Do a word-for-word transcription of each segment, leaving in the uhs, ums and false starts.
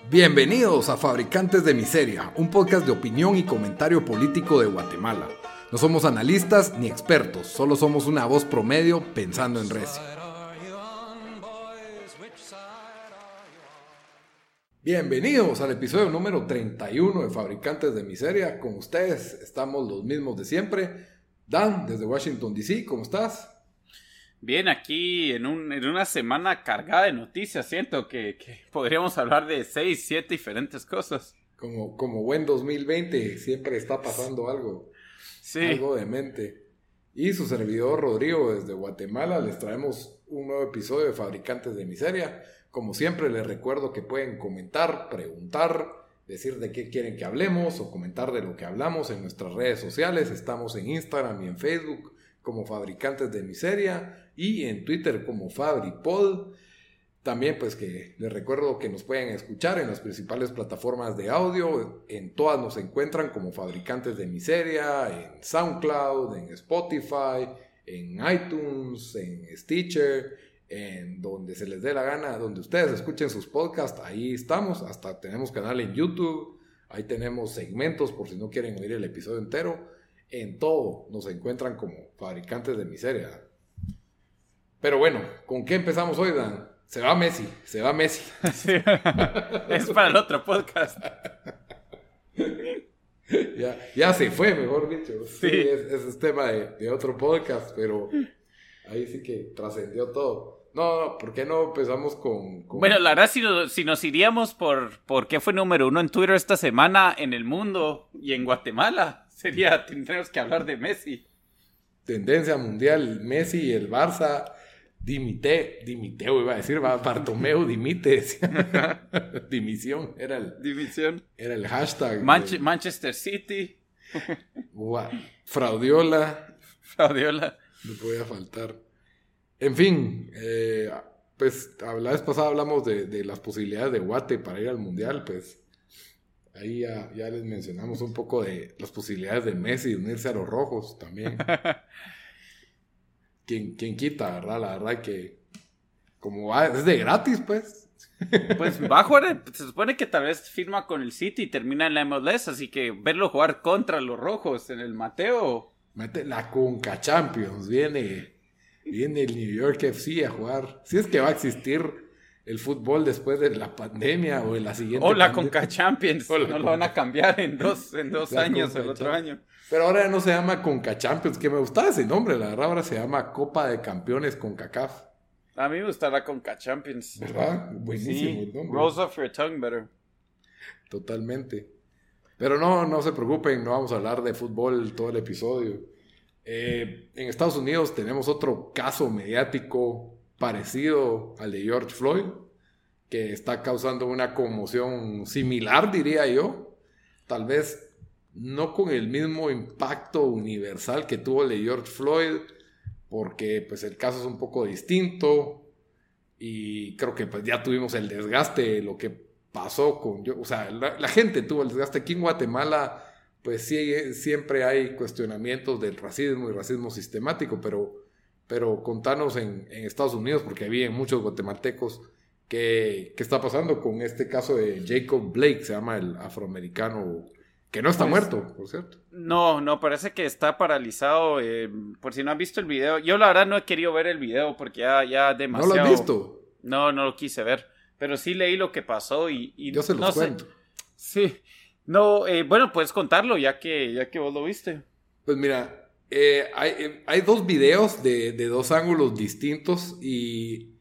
Bienvenidos a Fabricantes de Miseria, un podcast de opinión y comentario político de Guatemala. No somos analistas ni expertos, solo somos una voz promedio pensando en recio. Bienvenidos al episodio número treinta y uno de Fabricantes de Miseria. Con ustedes estamos los mismos de siempre. Dan, desde Washington D C, ¿cómo estás? Bien, aquí en, un, en una semana cargada de noticias, siento que, que podríamos hablar de seis, siete diferentes cosas. Como, como buen dos mil veinte, siempre está pasando algo, sí. algo demente. Y su servidor Rodrigo desde Guatemala, les traemos un nuevo episodio de Fabricantes de Miseria. Como siempre les recuerdo que pueden comentar, preguntar, decir de qué quieren que hablemos o comentar de lo que hablamos en nuestras redes sociales. Estamos en Instagram y en Facebook como Fabricantes de Miseria y en Twitter como FabriPod. También pues que les recuerdo que nos pueden escuchar en las principales plataformas de audio. En todas nos encuentran como Fabricantes de Miseria, en SoundCloud, en Spotify, en iTunes, en Stitcher, en donde se les dé la gana, donde ustedes escuchen sus podcasts, ahí estamos. Hasta tenemos canal en YouTube, ahí tenemos segmentos por si no quieren oír el episodio entero. En todo nos encuentran como Fabricantes de Miseria. Pero bueno, ¿con qué empezamos hoy, Dan? Se va Messi, se va Messi. Sí. Es para el otro podcast. ya, ya se fue, mejor dicho. Sí, sí es, es tema de, de otro podcast, pero ahí sí que trascendió todo. No, no, ¿por qué no empezamos con...? con... Bueno, la verdad, si, no, si nos iríamos por, por qué fue número uno en Twitter esta semana en el mundo y en Guatemala, sería, tendríamos que hablar de Messi. Tendencia mundial, Messi y el Barça, dimite, dimiteo iba a decir, Bartomeu dimite, dimisión, era el... Dimisión. Era el hashtag. Manch- de, Manchester City. Wow, fraudiola. Fraudiola. No podía faltar. En fin, eh, pues la vez pasada hablamos de, de las posibilidades de Guate para ir al Mundial, pues ahí ya, ya les mencionamos un poco de las posibilidades de Messi de unirse a los rojos también. ¿Quién, quién quita, verdad? La verdad que como va, es de gratis, pues. Pues va a jugar, se supone que tal vez firma con el City y termina en la M L S, así que verlo jugar contra los rojos en el Mateo. Mete la Conca Champions, viene... Viene el New York F C a jugar. Si es que va a existir el fútbol después de la pandemia o en la siguiente. O la pandemia. Conca Champions. O la no Conca. Lo van a cambiar en dos, en dos años Conca el otro Champions. año. Pero ahora ya no se llama Conca Champions, que me gustaba ese nombre. La verdad ahora se llama Copa de Campeones CONCACAF. A mí me gusta la Conca Champions. ¿Verdad? Buenísimo Sí, el nombre. rolls off your tongue better. Totalmente. Pero no, no se preocupen, no vamos a hablar de fútbol todo el episodio. Eh, en Estados Unidos tenemos otro caso mediático parecido al de George Floyd, que está causando una conmoción similar, diría yo. Tal vez no con el mismo impacto universal que tuvo el de George Floyd, porque pues el caso es un poco distinto y creo que pues ya tuvimos el desgaste de lo que pasó con... O sea, la, la gente tuvo el desgaste aquí en Guatemala. Pues sí, siempre hay cuestionamientos del racismo y racismo sistemático, pero, pero contanos en, en Estados Unidos, porque había muchos guatemaltecos, ¿qué, qué está pasando con este caso de Jacob Blake? Se llama el afroamericano, que no está pues, muerto, por cierto. No, no, parece que está paralizado, eh, por si no has visto el video. Yo la verdad no he querido ver el video porque ya, ya demasiado... ¿No lo has visto? No, no lo quise ver, pero sí leí lo que pasó y... y Yo se los no cuento. Sé. Sí. No, eh, bueno, puedes contarlo ya que, ya que vos lo viste. Pues mira, eh, hay, eh, hay dos videos de, de dos ángulos distintos y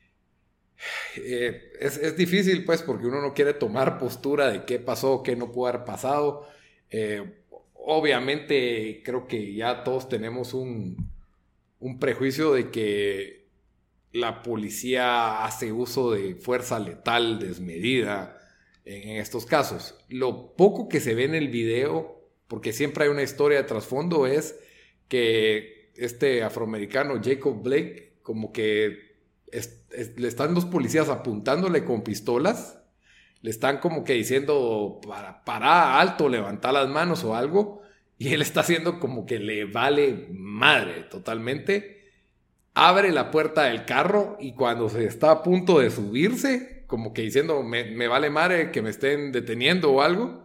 eh, es, es difícil pues porque uno no quiere tomar postura de qué pasó, qué no pudo haber pasado. Eh, obviamente creo que ya todos tenemos un, un prejuicio de que la policía hace uso de fuerza letal desmedida en estos casos. Lo poco que se ve en el video, porque siempre hay una historia de trasfondo, es que este afroamericano Jacob Blake, como que es, es, le están los policías apuntándole con pistolas, le están como que diciendo para, para alto, levantar las manos o algo, y él está haciendo como que le vale madre totalmente. Abre la puerta del carro y cuando se está a punto de subirse, como que diciendo, me, me vale madre que me estén deteniendo o algo.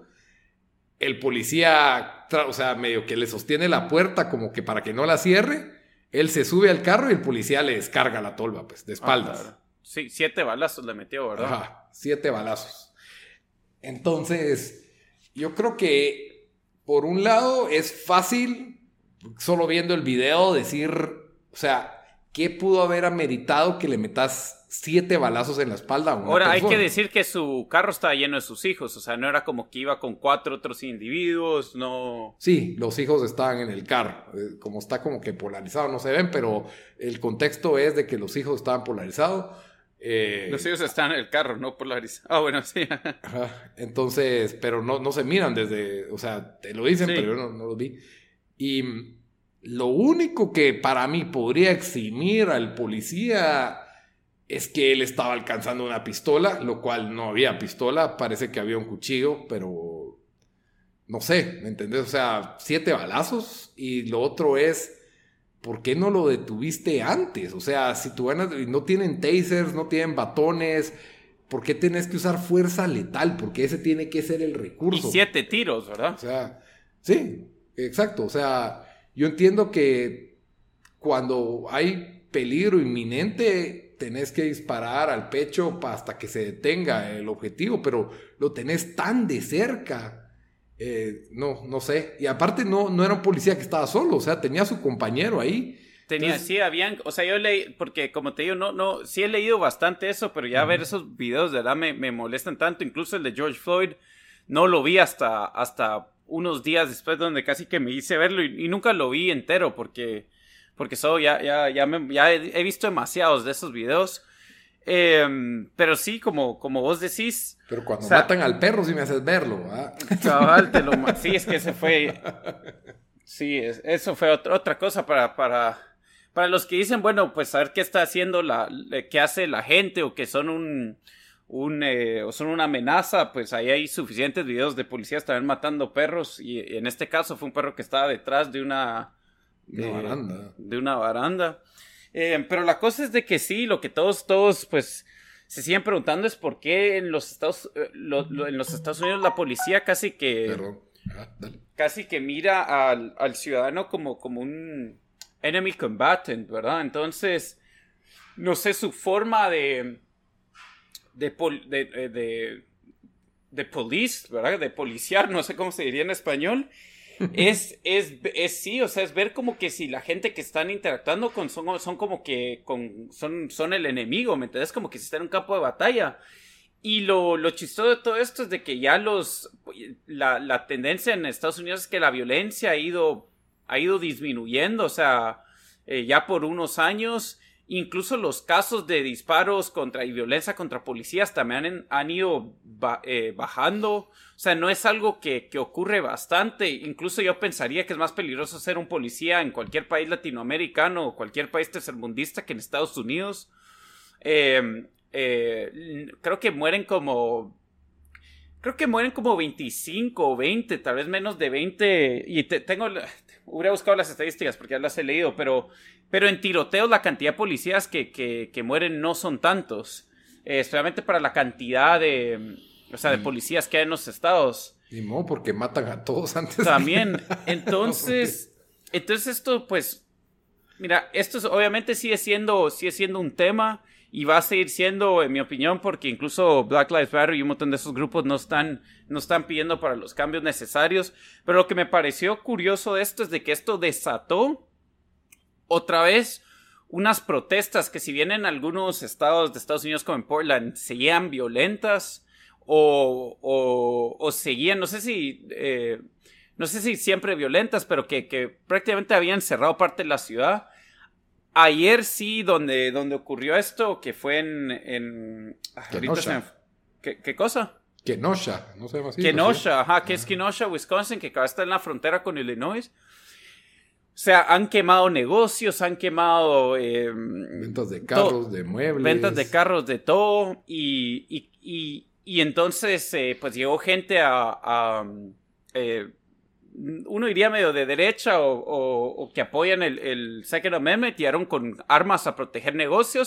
El policía, o sea, medio que le sostiene la puerta como que para que no la cierre. Él se sube al carro y el policía le descarga la tolva, pues, de espaldas. Ah, claro. Sí, siete balazos le metió, ¿verdad? Ajá, siete balazos. Entonces, yo creo que, por un lado, es fácil, solo viendo el video, decir, o sea, ¿qué pudo haber ameritado que le metas siete balazos en la espalda a una Ahora, persona? hay que decir que su carro estaba lleno de sus hijos, o sea, no era como que iba con cuatro otros individuos, no... Sí, los hijos estaban en el carro, como está como que polarizado, no se ven, pero el contexto es de que los hijos estaban polarizados. Eh... Los hijos están en el carro, no polarizados. Ah, bueno, sí. Ajá. Entonces, pero no, no se miran desde, o sea, te lo dicen, sí. Pero yo no, no los vi. Y lo único que para mí podría eximir al policía es que él estaba alcanzando una pistola, lo cual no había pistola, parece que había un cuchillo, pero no sé, ¿me entendés? O sea, siete balazos. Y lo otro es, ¿por qué no lo detuviste antes? O sea, si tú ganas, no tienen tasers, no tienen batones, ¿por qué tenés que usar fuerza letal? Porque ese tiene que ser el recurso. Y siete tiros, ¿verdad? O sea, sí, exacto. O sea, yo entiendo que cuando hay peligro inminente, tenés que disparar al pecho hasta que se detenga el objetivo, pero lo tenés tan de cerca. Eh, no, no sé. Y aparte no, no era un policía que estaba solo, o sea, tenía a su compañero ahí. Tenía, Entonces, sí, habían, o sea, yo leí, porque como te digo, no, no, sí he leído bastante eso, pero ya uh-huh. ver esos videos de verdad me, me molestan tanto, incluso el de George Floyd, no lo vi hasta, hasta unos días después donde casi que me hice verlo y, y nunca lo vi entero porque, porque solo ya, ya, ya, me, ya he, he visto demasiados de esos videos. Eh, pero sí, como, como vos decís. Pero cuando o sea, matan al perro sí me haces verlo, ¿ah? Chaval, te lo sí, es que ese fue. Sí, es, eso fue otra, otra cosa para, para, para los que dicen, bueno, pues a ver qué está haciendo la, qué hace la gente o que son un, un eh, o son una amenaza, pues ahí hay suficientes videos de policías también matando perros y, y en este caso fue un perro que estaba detrás de una, de, una baranda. De una baranda. Eh, pero la cosa es de que sí, lo que todos, todos, pues, se siguen preguntando es por qué en los Estados, eh, lo, lo, en los Estados Unidos la policía casi que, Perdón. Ah, dale. casi que mira al, al ciudadano como, como un enemy combatant, ¿verdad? Entonces, no sé, su forma de, de, pol, de, de, de, de police, ¿verdad? De policiar, no sé cómo se diría en español. Es, es, es, sí, o sea, es ver como que si la gente que están interactuando con son, son como que con, son, son el enemigo, ¿me entiendes? Como que si está en un campo de batalla. Y lo, lo chistoso de todo esto es de que ya los, la, la tendencia en Estados Unidos es que la violencia ha ido, ha ido disminuyendo, o sea, eh, ya por unos años, incluso los casos de disparos contra y violencia contra policías también han, han ido ba, eh, bajando. O sea, no es algo que, que ocurre bastante. Incluso yo pensaría que es más peligroso ser un policía en cualquier país latinoamericano o cualquier país tercermundista que en Estados Unidos. Eh, eh, creo que mueren como... Creo que mueren como veinticinco o veinte, tal vez menos de veinte. Y te, tengo... Hubiera buscado las estadísticas porque ya las he leído, pero... Pero en tiroteos la cantidad de policías que, que, que mueren no son tantos. Eh, especialmente para la cantidad de... O sea, de policías que hay en los estados. Y no, porque matan a todos antes. También. Entonces, no, entonces esto, pues, mira, esto es, obviamente sigue siendo, sigue siendo un tema y va a seguir siendo, en mi opinión, porque incluso Black Lives Matter y un montón de esos grupos no están, no están pidiendo para los cambios necesarios. Pero lo que me pareció curioso de esto es de que esto desató otra vez unas protestas que si bien en algunos estados de Estados Unidos como en Portland seguían violentas, O, o, o seguían, no sé si eh, no sé si siempre violentas, pero que, que prácticamente habían cerrado parte de la ciudad. Ayer sí, donde, donde ocurrió esto, que fue en... en Kenosha. Se, ¿qué, ¿Qué cosa? Kenosha, no sé más. Kenosha, ajá, que es Kenosha, Wisconsin, que acaba de estar en la frontera con Illinois. O sea, han quemado negocios, han quemado... Eh, ventas de carros, de muebles. Ventas de carros, de todo, y... y, y Y entonces, eh, pues llegó gente a, a eh, uno diría medio de derecha o, o, o que apoyan el, el Second Amendment, llegaron con armas a proteger negocios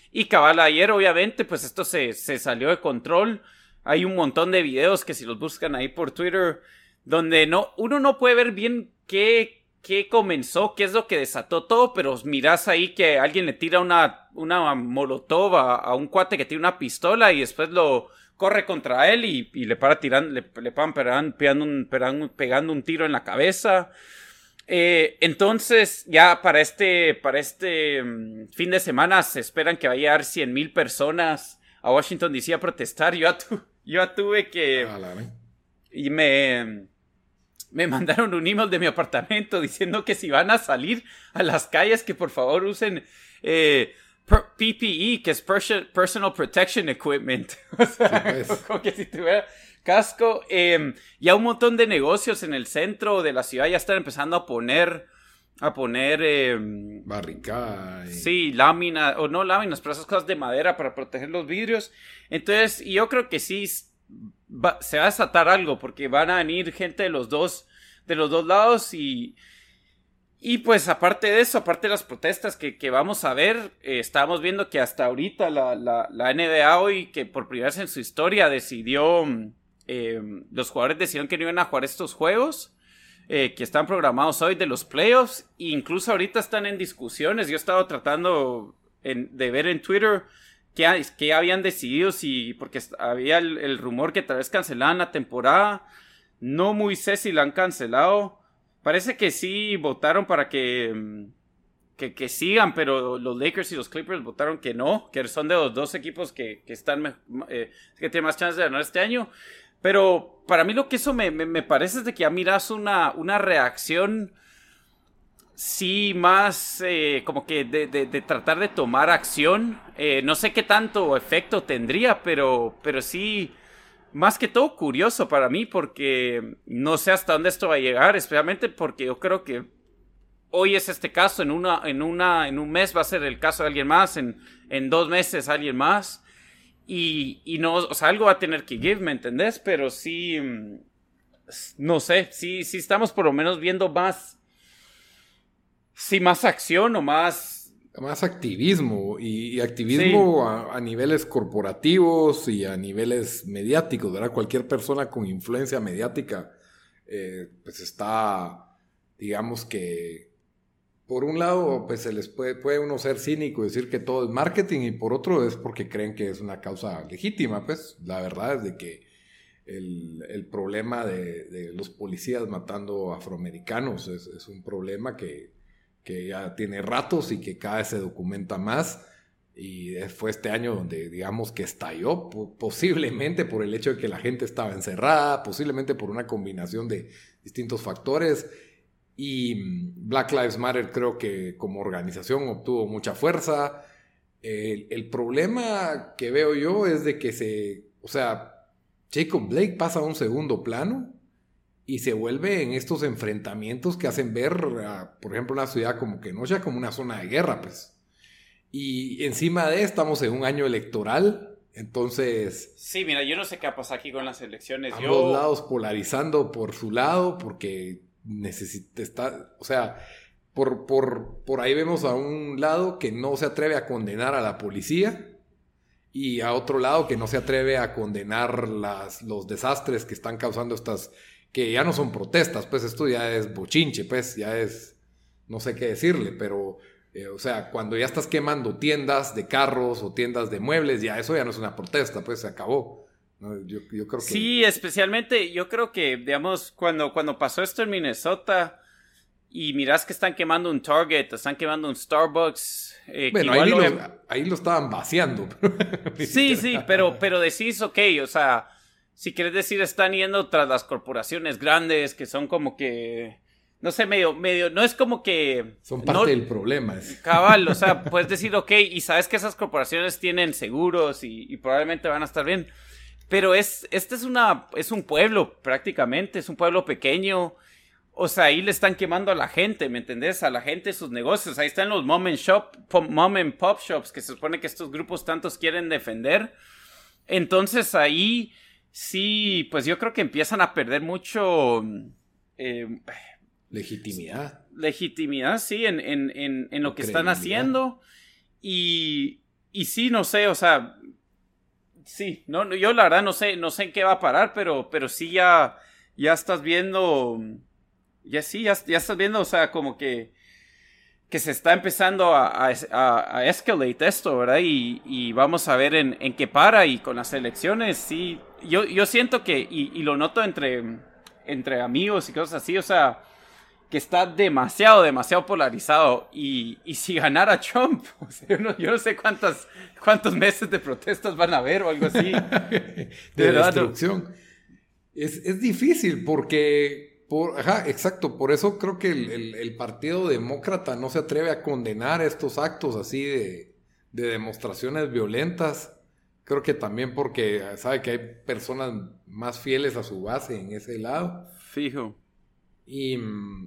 Y cabal, ayer obviamente pues esto se, se salió de control. Hay un montón de videos que si los buscan ahí por Twitter, donde no, uno no puede ver bien qué, qué comenzó, qué es lo que desató todo, pero miras ahí que alguien le tira una, una molotov a, a un cuate que tiene una pistola y después lo corre contra él y, y le para tirando, le, le paran pegando, pegando, un, pegando, pegando un tiro en la cabeza. Eh, entonces, ya para este, para este um, fin de semana se esperan que vaya a llegar cien mil personas a Washington D C a protestar. Yo ya, tu, yo ya tuve que... Ah, la, ¿eh? Y me, me mandaron un email de mi apartamento diciendo que si van a salir a las calles, que por favor usen eh, P P E, que es Personal Protection Equipment. O sea, sí, pues. Como que si tuviera casco. Eh, ya un montón de negocios en el centro de la ciudad ya están empezando a poner... A poner... Eh, barricadas. Sí, láminas, o no láminas, pero esas cosas de madera para proteger los vidrios. Entonces, yo creo que sí va, se va a desatar algo, porque van a venir gente de los dos, de los dos lados y... Y pues aparte de eso, aparte de las protestas que, que vamos a ver, eh, estábamos viendo que hasta ahorita la, la, la N B A hoy, que por primera vez en su historia decidió... Eh, los jugadores decidieron que no iban a jugar estos juegos. Eh, que están programados hoy de los playoffs, e incluso ahorita están en discusiones. Yo he estado tratando en, de ver en Twitter qué, qué habían decidido, si, porque había el, el rumor que tal vez cancelaban la temporada. No muy sé si la han cancelado. Parece que sí votaron para que, que, que sigan, pero los Lakers y los Clippers votaron que no, que son de los dos equipos que, que, están, eh, que tienen más chances de ganar este año. Pero para mí lo que eso me, me, me parece es de que ya miras una, una reacción sí más eh, como que de, de, de tratar de tomar acción. Eh, no sé qué tanto efecto tendría, pero, pero sí, más que todo curioso para mí, porque no sé hasta dónde esto va a llegar, especialmente porque yo creo que hoy es este caso, en, una, en, una, en un mes va a ser el caso de alguien más, en, en dos meses alguien más. Y, y no, o sea, algo va a tener que give, ¿me entendés? Pero sí, no sé, sí, sí estamos por lo menos viendo más, sí, más acción o más... Más activismo, y, y activismo sí. a, a niveles corporativos y a niveles mediáticos, ¿verdad? Cualquier persona con influencia mediática, eh, pues está, digamos que... Por un lado, pues se les puede, puede uno ser cínico y decir que todo es marketing, y por otro es porque creen que es una causa legítima. Pues la verdad es de que el, el problema de, de los policías matando afroamericanos es, es un problema que, que ya tiene ratos y que cada vez se documenta más, y fue este año donde digamos que estalló, posiblemente por el hecho de que la gente estaba encerrada, posiblemente por una combinación de distintos factores. Y Black Lives Matter creo que como organización obtuvo mucha fuerza. El, el problema que veo yo es de que se... O sea, Jacob Blake pasa a un segundo plano y se vuelve en estos enfrentamientos que hacen ver, a, por ejemplo, una ciudad como Kenosha como una zona de guerra, pues. Y encima de estamos en un año electoral, entonces... Sí, mira, yo no sé qué va a pasar aquí con las elecciones. Ambos yo... lados polarizando por su lado, porque... necesita estar, o sea, por, por, por ahí vemos a un lado que no se atreve a condenar a la policía, y a otro lado que no se atreve a condenar las, los desastres que están causando estas, que ya no son protestas, pues esto ya es bochinche, pues ya es, no sé qué decirle, pero eh, o sea, cuando ya estás quemando tiendas de carros o tiendas de muebles, ya eso ya no es una protesta, pues se acabó. No, yo, yo creo que... Sí, especialmente yo creo que, digamos, cuando, cuando pasó esto en Minnesota y mirás que están quemando un Target, están quemando un Starbucks... Eh, bueno, que ahí, lo, lo, ahí lo estaban vaciando. Sí, sí, pero, pero decís, ok, o sea, si quieres decir, están yendo tras las corporaciones grandes que son como que... No sé, medio, medio, no es como que... Son parte no, del problema. Cabal, o sea, puedes decir, ok, y sabes que esas corporaciones tienen seguros y, y probablemente van a estar bien. Pero es, este es una, es un pueblo prácticamente, es un pueblo pequeño. O sea, ahí le están quemando a la gente, ¿me entendés? A la gente sus negocios. Ahí están los mom and shop, mom and pop shops que se supone que estos grupos tantos quieren defender. Entonces ahí sí, pues yo creo que empiezan a perder mucho... Eh, legitimidad. Legitimidad, sí, en, en, en, en lo que están haciendo. Y... y sí, no sé, o sea, sí, no, yo la verdad no sé, no sé en qué va a parar, pero, pero sí ya, ya estás viendo, ya sí, ya, ya estás viendo, o sea, como que, que se está empezando a, a, a, a escalate esto, ¿verdad? Y, y vamos a ver en, en qué para, y con las elecciones, sí, yo, yo siento que, y, y lo noto entre, entre amigos y cosas así, o sea, que está demasiado, demasiado polarizado. Y, y si ganara Trump, o sea, yo, no, yo no sé cuántas, cuántos meses de protestas van a haber o algo así. de, de destrucción. No. Es, es difícil porque, por, ajá, exacto, por eso creo que el, el, el Partido Demócrata no se atreve a condenar estos actos así de, de demostraciones violentas. Creo que también porque sabe que hay personas más fieles a su base en ese lado. Fijo. Y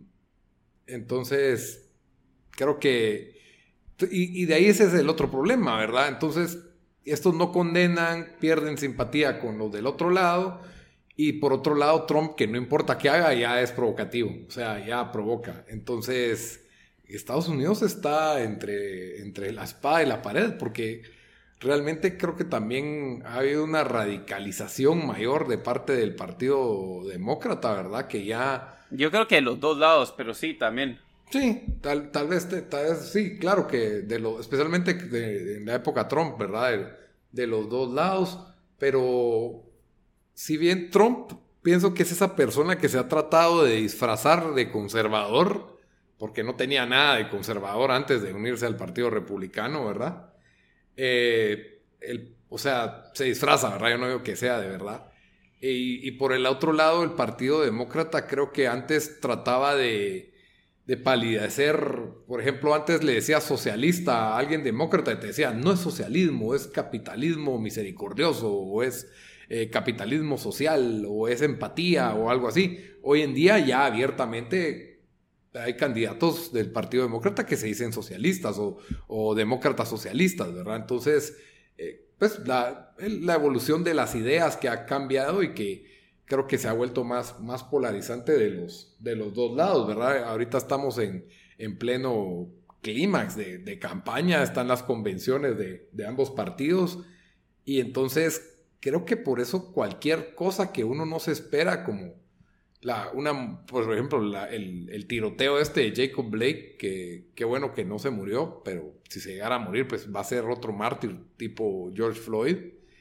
entonces, creo que... Y, y de ahí ese es el otro problema, ¿verdad? Entonces, estos no condenan, pierden simpatía con los del otro lado. Y por otro lado, Trump, que no importa qué haga, ya es provocativo. O sea, ya provoca. Entonces, Estados Unidos está entre, entre la espada y la pared, porque realmente creo que también ha habido una radicalización mayor de parte del Partido Demócrata, ¿verdad? Que ya... Yo creo que de los dos lados, pero sí, también. Sí, tal, tal vez, tal vez, sí, claro que de lo, especialmente de, de, en la época Trump, ¿verdad? De, de los dos lados, pero si bien Trump, pienso que es esa persona que se ha tratado de disfrazar de conservador, porque no tenía nada de conservador antes de unirse al Partido Republicano, ¿verdad? Eh, el, o sea, se disfraza, ¿verdad? Yo no digo que sea de verdad. Y, y por el otro lado, el Partido Demócrata creo que antes trataba de, de palidecer. Por ejemplo, antes le decía socialista a alguien demócrata y te decía, no es socialismo, es capitalismo misericordioso, o es eh, capitalismo social, o es empatía, o algo así. Hoy en día ya abiertamente hay candidatos del Partido Demócrata que se dicen socialistas o, o demócratas socialistas, ¿verdad? Entonces... Eh, pues la, la evolución de las ideas que ha cambiado y que creo que se ha vuelto más, más polarizante de los, de los dos lados, ¿verdad? Ahorita estamos en, en pleno clímax de, de campaña, están las convenciones de, de ambos partidos y entonces creo que por eso cualquier cosa que uno no se espera, como la, una, por ejemplo la, el, el tiroteo este de Jacob Blake, que, que bueno que no se murió, pero si se llegara a morir pues va a ser otro mártir tipo George Floyd.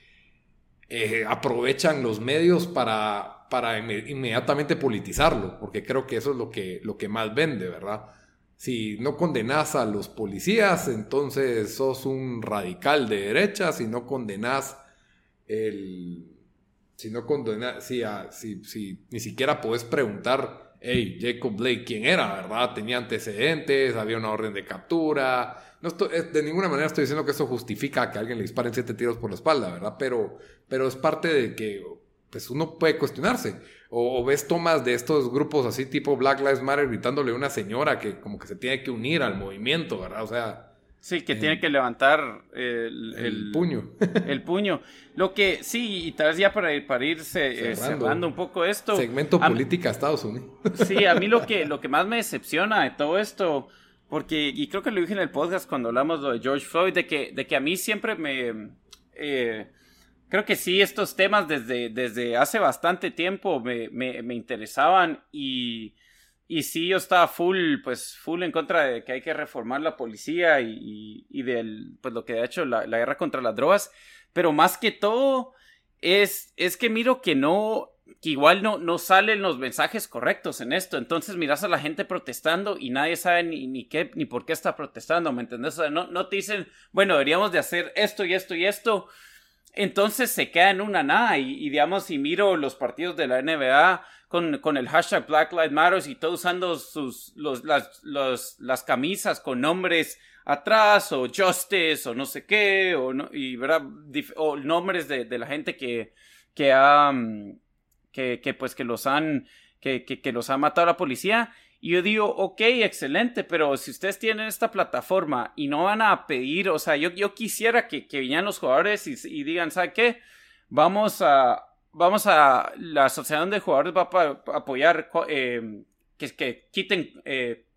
Eh, aprovechan los medios para, para inmediatamente politizarlo, porque creo que eso es lo que, lo que más vende, ¿verdad? Si no condenas a los policías, entonces sos un radical de derecha. Si no condenas el... Si no condenas... Si, si, si ni siquiera podés preguntar, hey, Jacob Blake, ¿quién era, verdad? Tenía antecedentes, había una orden de captura... No estoy, de ninguna manera estoy diciendo que eso justifica que a alguien le disparen siete tiros por la espalda, ¿verdad? Pero, pero es parte de que pues uno puede cuestionarse. O, o ves tomas de estos grupos así tipo Black Lives Matter gritándole a una señora que como que se tiene que unir al movimiento, ¿verdad? O sea... Sí, que eh, tiene que levantar el, el, el puño. El puño. Lo que sí, y tal vez ya para, para irse cerrando. Eh, cerrando un poco esto. Segmento política Estados Unidos. Sí, a mí lo que, lo que más me decepciona de todo esto... Porque, y creo que lo dije en el podcast cuando hablamos de George Floyd, de que, de que a mí siempre me... Eh, creo que sí, estos temas desde, desde hace bastante tiempo me, me, me interesaban y, y sí, yo estaba full, pues full en contra de que hay que reformar la policía y, y, y del, pues lo que ha hecho la, la guerra contra las drogas, pero más que todo es, es que miro que no... que igual no, no salen los mensajes correctos en esto. Entonces miras a la gente protestando y nadie sabe ni, ni qué ni por qué está protestando, ¿me entendés? O sea, no, no te dicen, bueno, deberíamos de hacer esto y esto y esto. Entonces se queda en una nada y, y digamos, si miro los partidos de la N B A con, con el hashtag Black Lives Matter y todo usando sus, los, las, los, las camisas con nombres atrás o Justice o no sé qué o, no, y, ¿verdad? O nombres de, de la gente que, que ha... Um, Que, que pues que los han que, que, que los ha matado la policía y yo digo, ok, excelente, pero si ustedes tienen esta plataforma y no van a pedir, o sea, yo, yo quisiera que, que vinieran los jugadores y, y digan, ¿sabe qué? Vamos a vamos a la asociación de jugadores va a, a apoyar eh, que, que quiten eh,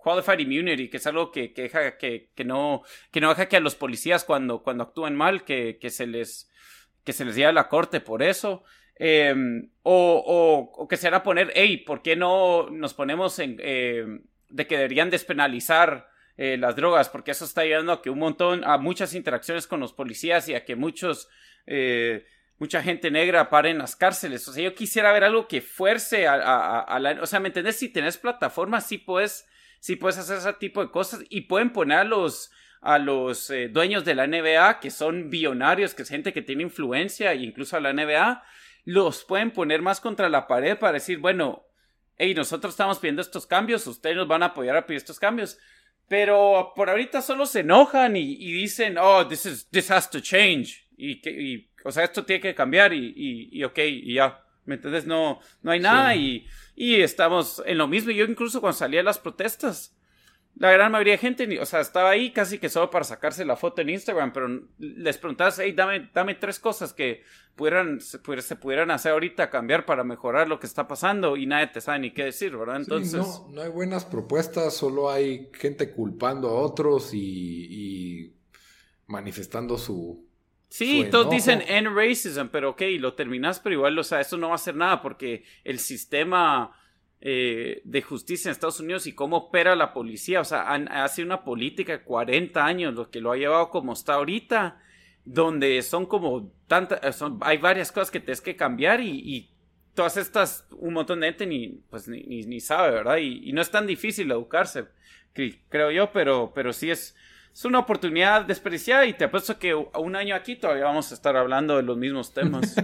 qualified immunity, que es algo que, que, deja, que, que, no, que no deja que a los policías cuando, cuando actúan mal, que, que, se les, que se les lleve a la corte por eso. Eh, o, o, o que se van a poner, hey, ¿por qué no nos ponemos en eh, de que deberían despenalizar eh, las drogas? Porque eso está llevando a que un montón, a muchas interacciones con los policías y a que muchos, eh, mucha gente negra pare en las cárceles. O sea, yo quisiera ver algo que fuerce a, a, a la, o sea, ¿me entendés? Si tenés plataformas, sí puedes, sí puedes hacer ese tipo de cosas y pueden poner a los a los eh, dueños de la N B A, que son billonarios, que es gente que tiene influencia, e incluso a la N B A, los pueden poner más contra la pared para decir, bueno, hey, nosotros estamos pidiendo estos cambios, ustedes nos van a apoyar a pedir estos cambios. Pero por ahorita solo se enojan y, y dicen, oh, this, is, this has to change. Y, y, o sea, esto tiene que cambiar y, y, y ok, y ya. ¿Me entiendes? No, no hay nada sí. y, y estamos en lo mismo. Yo incluso cuando salí a las protestas, la gran mayoría de gente, o sea, estaba ahí casi que solo para sacarse la foto en Instagram, pero les preguntabas, hey, dame, dame tres cosas que pudieran, se, se pudieran hacer ahorita, cambiar para mejorar lo que está pasando y nadie te sabe ni qué decir, ¿verdad? Entonces... Sí, no, no hay buenas propuestas, solo hay gente culpando a otros y, y manifestando su... Sí, todos dicen end racism, pero ok, lo terminas, pero igual, o sea, eso no va a hacer nada porque el sistema... Eh, de justicia en Estados Unidos y cómo opera la policía, o sea, han, hace una política de cuarenta años, lo que lo ha llevado como está ahorita, donde son como tantas, son, hay varias cosas que tienes que cambiar y, y todas estas, un montón de gente ni, pues, ni, ni, ni sabe, ¿verdad? Y, y no es tan difícil educarse, creo yo, pero, pero sí es, es una oportunidad desperdiciada y te apuesto que a un año aquí todavía vamos a estar hablando de los mismos temas.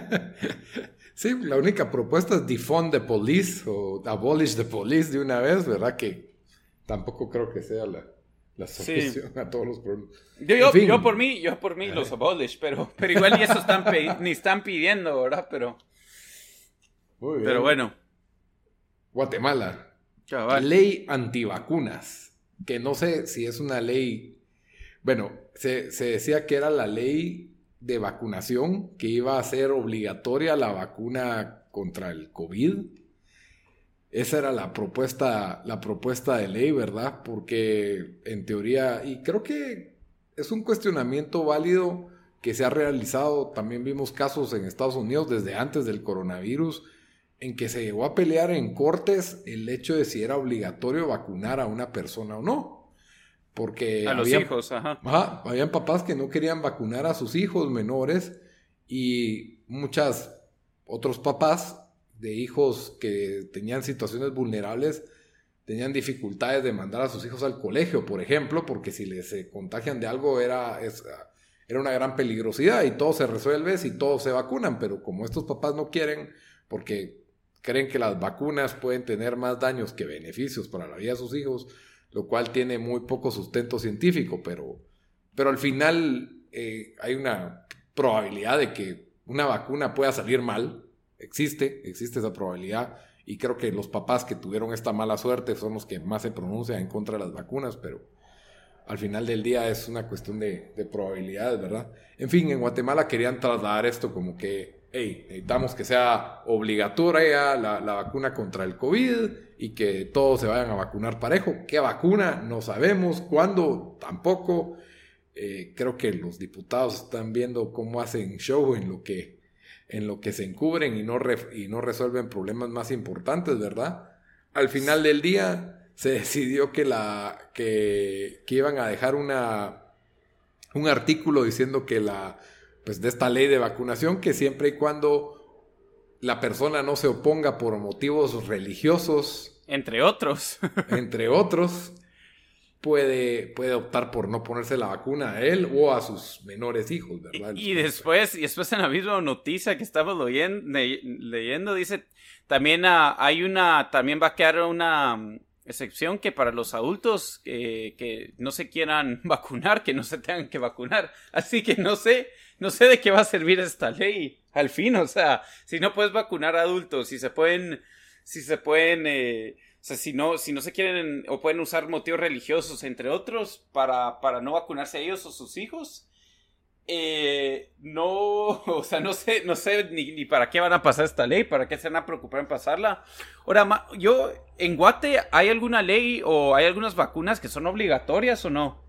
Sí, la única propuesta es defund the police o abolish the police de una vez, ¿verdad? Que tampoco creo que sea la, la solución sí. a todos los problemas. Yo, yo, fin, yo por mí, yo por mí los abolish, pero, pero igual ni eso están ni están pidiendo, ¿verdad? Pero, Muy bien. pero bueno. Guatemala. Chaval. Ley antivacunas. Que no sé si es una ley... Bueno, se, se decía que era la ley... de vacunación, que iba a ser obligatoria la vacuna contra el COVID. Esa era la propuesta, la propuesta de ley, ¿verdad? Porque en teoría, y creo que es un cuestionamiento válido que se ha realizado, también vimos casos en Estados Unidos desde antes del coronavirus, en que se llegó a pelear en cortes el hecho de si era obligatorio vacunar a una persona o no. Porque a los había, hijos, ajá. ajá. Habían papás que no querían vacunar a sus hijos menores y muchos otros papás de hijos que tenían situaciones vulnerables tenían dificultades de mandar a sus hijos al colegio, por ejemplo, porque si les se contagian de algo era, es, era una gran peligrosidad y todo se resuelve si todos se vacunan, pero como estos papás no quieren porque creen que las vacunas pueden tener más daños que beneficios para la vida de sus hijos, lo cual tiene muy poco sustento científico, pero, pero al final eh, hay una probabilidad de que una vacuna pueda salir mal. Existe, existe esa probabilidad, y creo que los papás que tuvieron esta mala suerte son los que más se pronuncian en contra de las vacunas, pero al final del día es una cuestión de, de probabilidades, ¿verdad? En fin, en Guatemala querían trasladar esto como que, hey, necesitamos que sea obligatoria la, la vacuna contra el COVID y que todos se vayan a vacunar parejo. ¿Qué vacuna? No sabemos. ¿Cuándo? Tampoco. Eh, creo que los diputados están viendo cómo hacen show en lo que, en lo que se encubren y no, re, y no resuelven problemas más importantes, ¿verdad? Al final del día se decidió que, la, que, que iban a dejar una, un artículo diciendo que la... pues de esta ley de vacunación, que siempre y cuando la persona no se oponga por motivos religiosos, entre otros, entre otros, puede, puede optar por no ponerse la vacuna a él o a sus menores hijos, ¿verdad? Y, y después, y después en la misma noticia que estamos leyendo, leyendo dice, también uh, hay una, también va a quedar una um, excepción que para los adultos eh, que no se quieran vacunar, que no se tengan que vacunar. Así que no sé, no sé de qué va a servir esta ley al fin. O sea, si no puedes vacunar a adultos, si se pueden, si se pueden, eh, o sea, si no, si no se quieren o pueden usar motivos religiosos, entre otros, para, para no vacunarse a ellos o sus hijos. Eh, no, o sea, no sé, no sé ni, ni para qué van a pasar esta ley, para qué se van a preocupar en pasarla. Ahora, ma, yo, en Guate, ¿hay alguna ley o hay algunas vacunas que son obligatorias o no?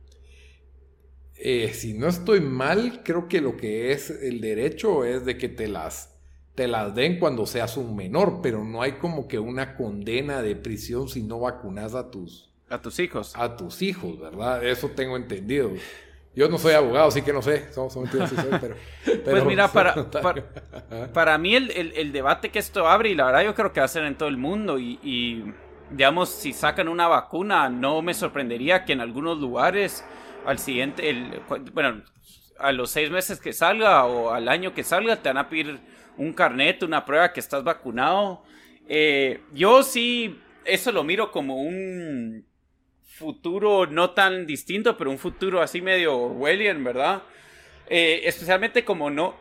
Eh, si no estoy mal, creo que lo que es el derecho es de que te las, te las den cuando seas un menor, pero no hay como que una condena de prisión si no vacunas a tus, A tus hijos. a tus hijos, ¿verdad? Eso tengo entendido. Yo no soy abogado, así que no sé. Somos son, son, sí soy, pero, pero, pues mira, para, para, para mí el, el, el debate que esto abre, y la verdad yo creo que va a ser en todo el mundo, y, y digamos, si sacan una vacuna, no me sorprendería que en algunos lugares al siguiente, el, bueno, a los seis meses que salga o al año que salga, te van a pedir un carnet, una prueba que estás vacunado. Eh, yo sí, eso lo miro como un futuro no tan distinto, pero un futuro así medio Orwellian, ¿verdad? Eh, especialmente como no,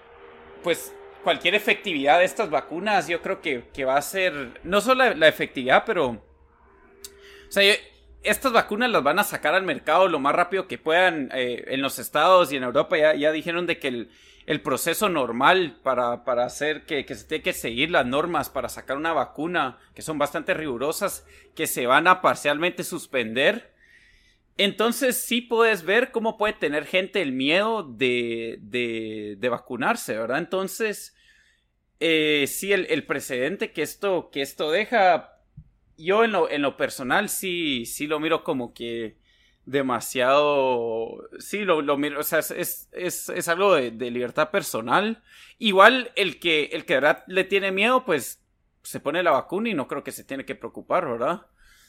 pues cualquier efectividad de estas vacunas, yo creo que, que va a ser, no solo la, la efectividad, pero, o sea, yo, estas vacunas las van a sacar al mercado lo más rápido que puedan. Eh, en los estados y en Europa ya, ya dijeron de que el, el proceso normal para, para hacer que, que se tiene que seguir las normas para sacar una vacuna, que son bastante rigurosas, que se van a parcialmente suspender. Entonces sí puedes ver cómo puede tener gente el miedo de, de, de vacunarse, ¿verdad? Entonces, eh, sí, el, el precedente que esto, que esto deja... Yo en lo, en lo personal sí, sí lo miro como que demasiado... Sí, lo, lo miro, o sea, es, es, es algo de, de libertad personal. Igual el que, el que de verdad le tiene miedo, pues se pone la vacuna y no creo que se tiene que preocupar, ¿verdad?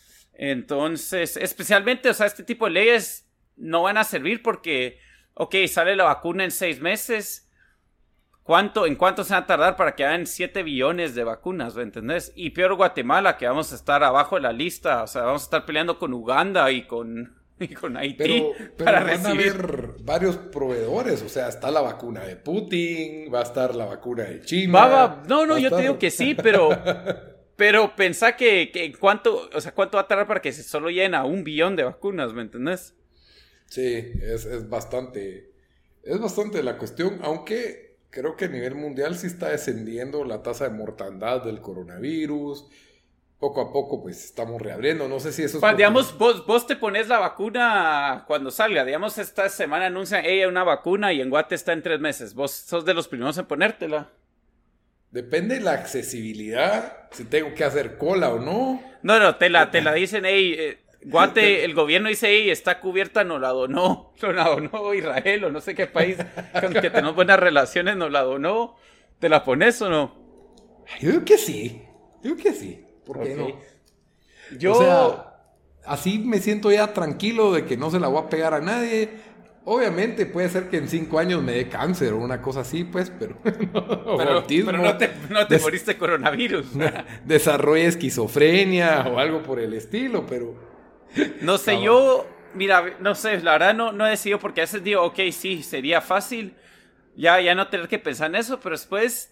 Entonces, especialmente, o sea, este tipo de leyes no van a servir porque, ok, sale la vacuna en seis meses... ¿Cuánto, ¿En cuánto se va a tardar para que hagan siete billones de vacunas? ¿Me entendés? Y peor Guatemala, que vamos a estar abajo de la lista. O sea, vamos a estar peleando con Uganda y con, y con Haití. Pero, pero para van recibir... a haber varios proveedores. O sea, está la vacuna de Putin, va a estar la vacuna de China. Va, va. No, no, yo estar... te digo que sí, pero... pero pensá que, que cuánto, o sea, cuánto va a tardar para que se solo lleguen a un billón de vacunas, ¿me entendés? Sí, es, es bastante... Es bastante la cuestión, aunque... Creo que a nivel mundial sí está descendiendo la tasa de mortandad del coronavirus. Poco a poco, pues, estamos reabriendo. No sé si eso es... Pues, digamos, vos, vos te pones la vacuna cuando salga. Digamos, esta semana anuncian, ella una vacuna y en Guate está en tres meses. ¿Vos sos de los primeros en ponértela? Depende de la accesibilidad, si tengo que hacer cola o no. No, no, te la, te la dicen, hey, eh, Guate, el gobierno dice, hey, está cubierta, no la donó, no la donó Israel o no sé qué país con el que tenemos buenas relaciones, no la donó. ¿Te la pones o no? Yo digo que sí, yo digo que sí, ¿por qué okay. no? Yo... O sea, así me siento ya tranquilo de que no se la voy a pegar a nadie. Obviamente puede ser que en cinco años me dé cáncer o una cosa así, pues, pero... no, pero, autismo, pero no te, no te des, moriste coronavirus. Desarrolle esquizofrenia o algo por el estilo, pero... No sé, no, yo, mira, no sé, la verdad no, no he decidido porque a veces digo, ok, sí, sería fácil ya, ya no tener que pensar en eso, pero después,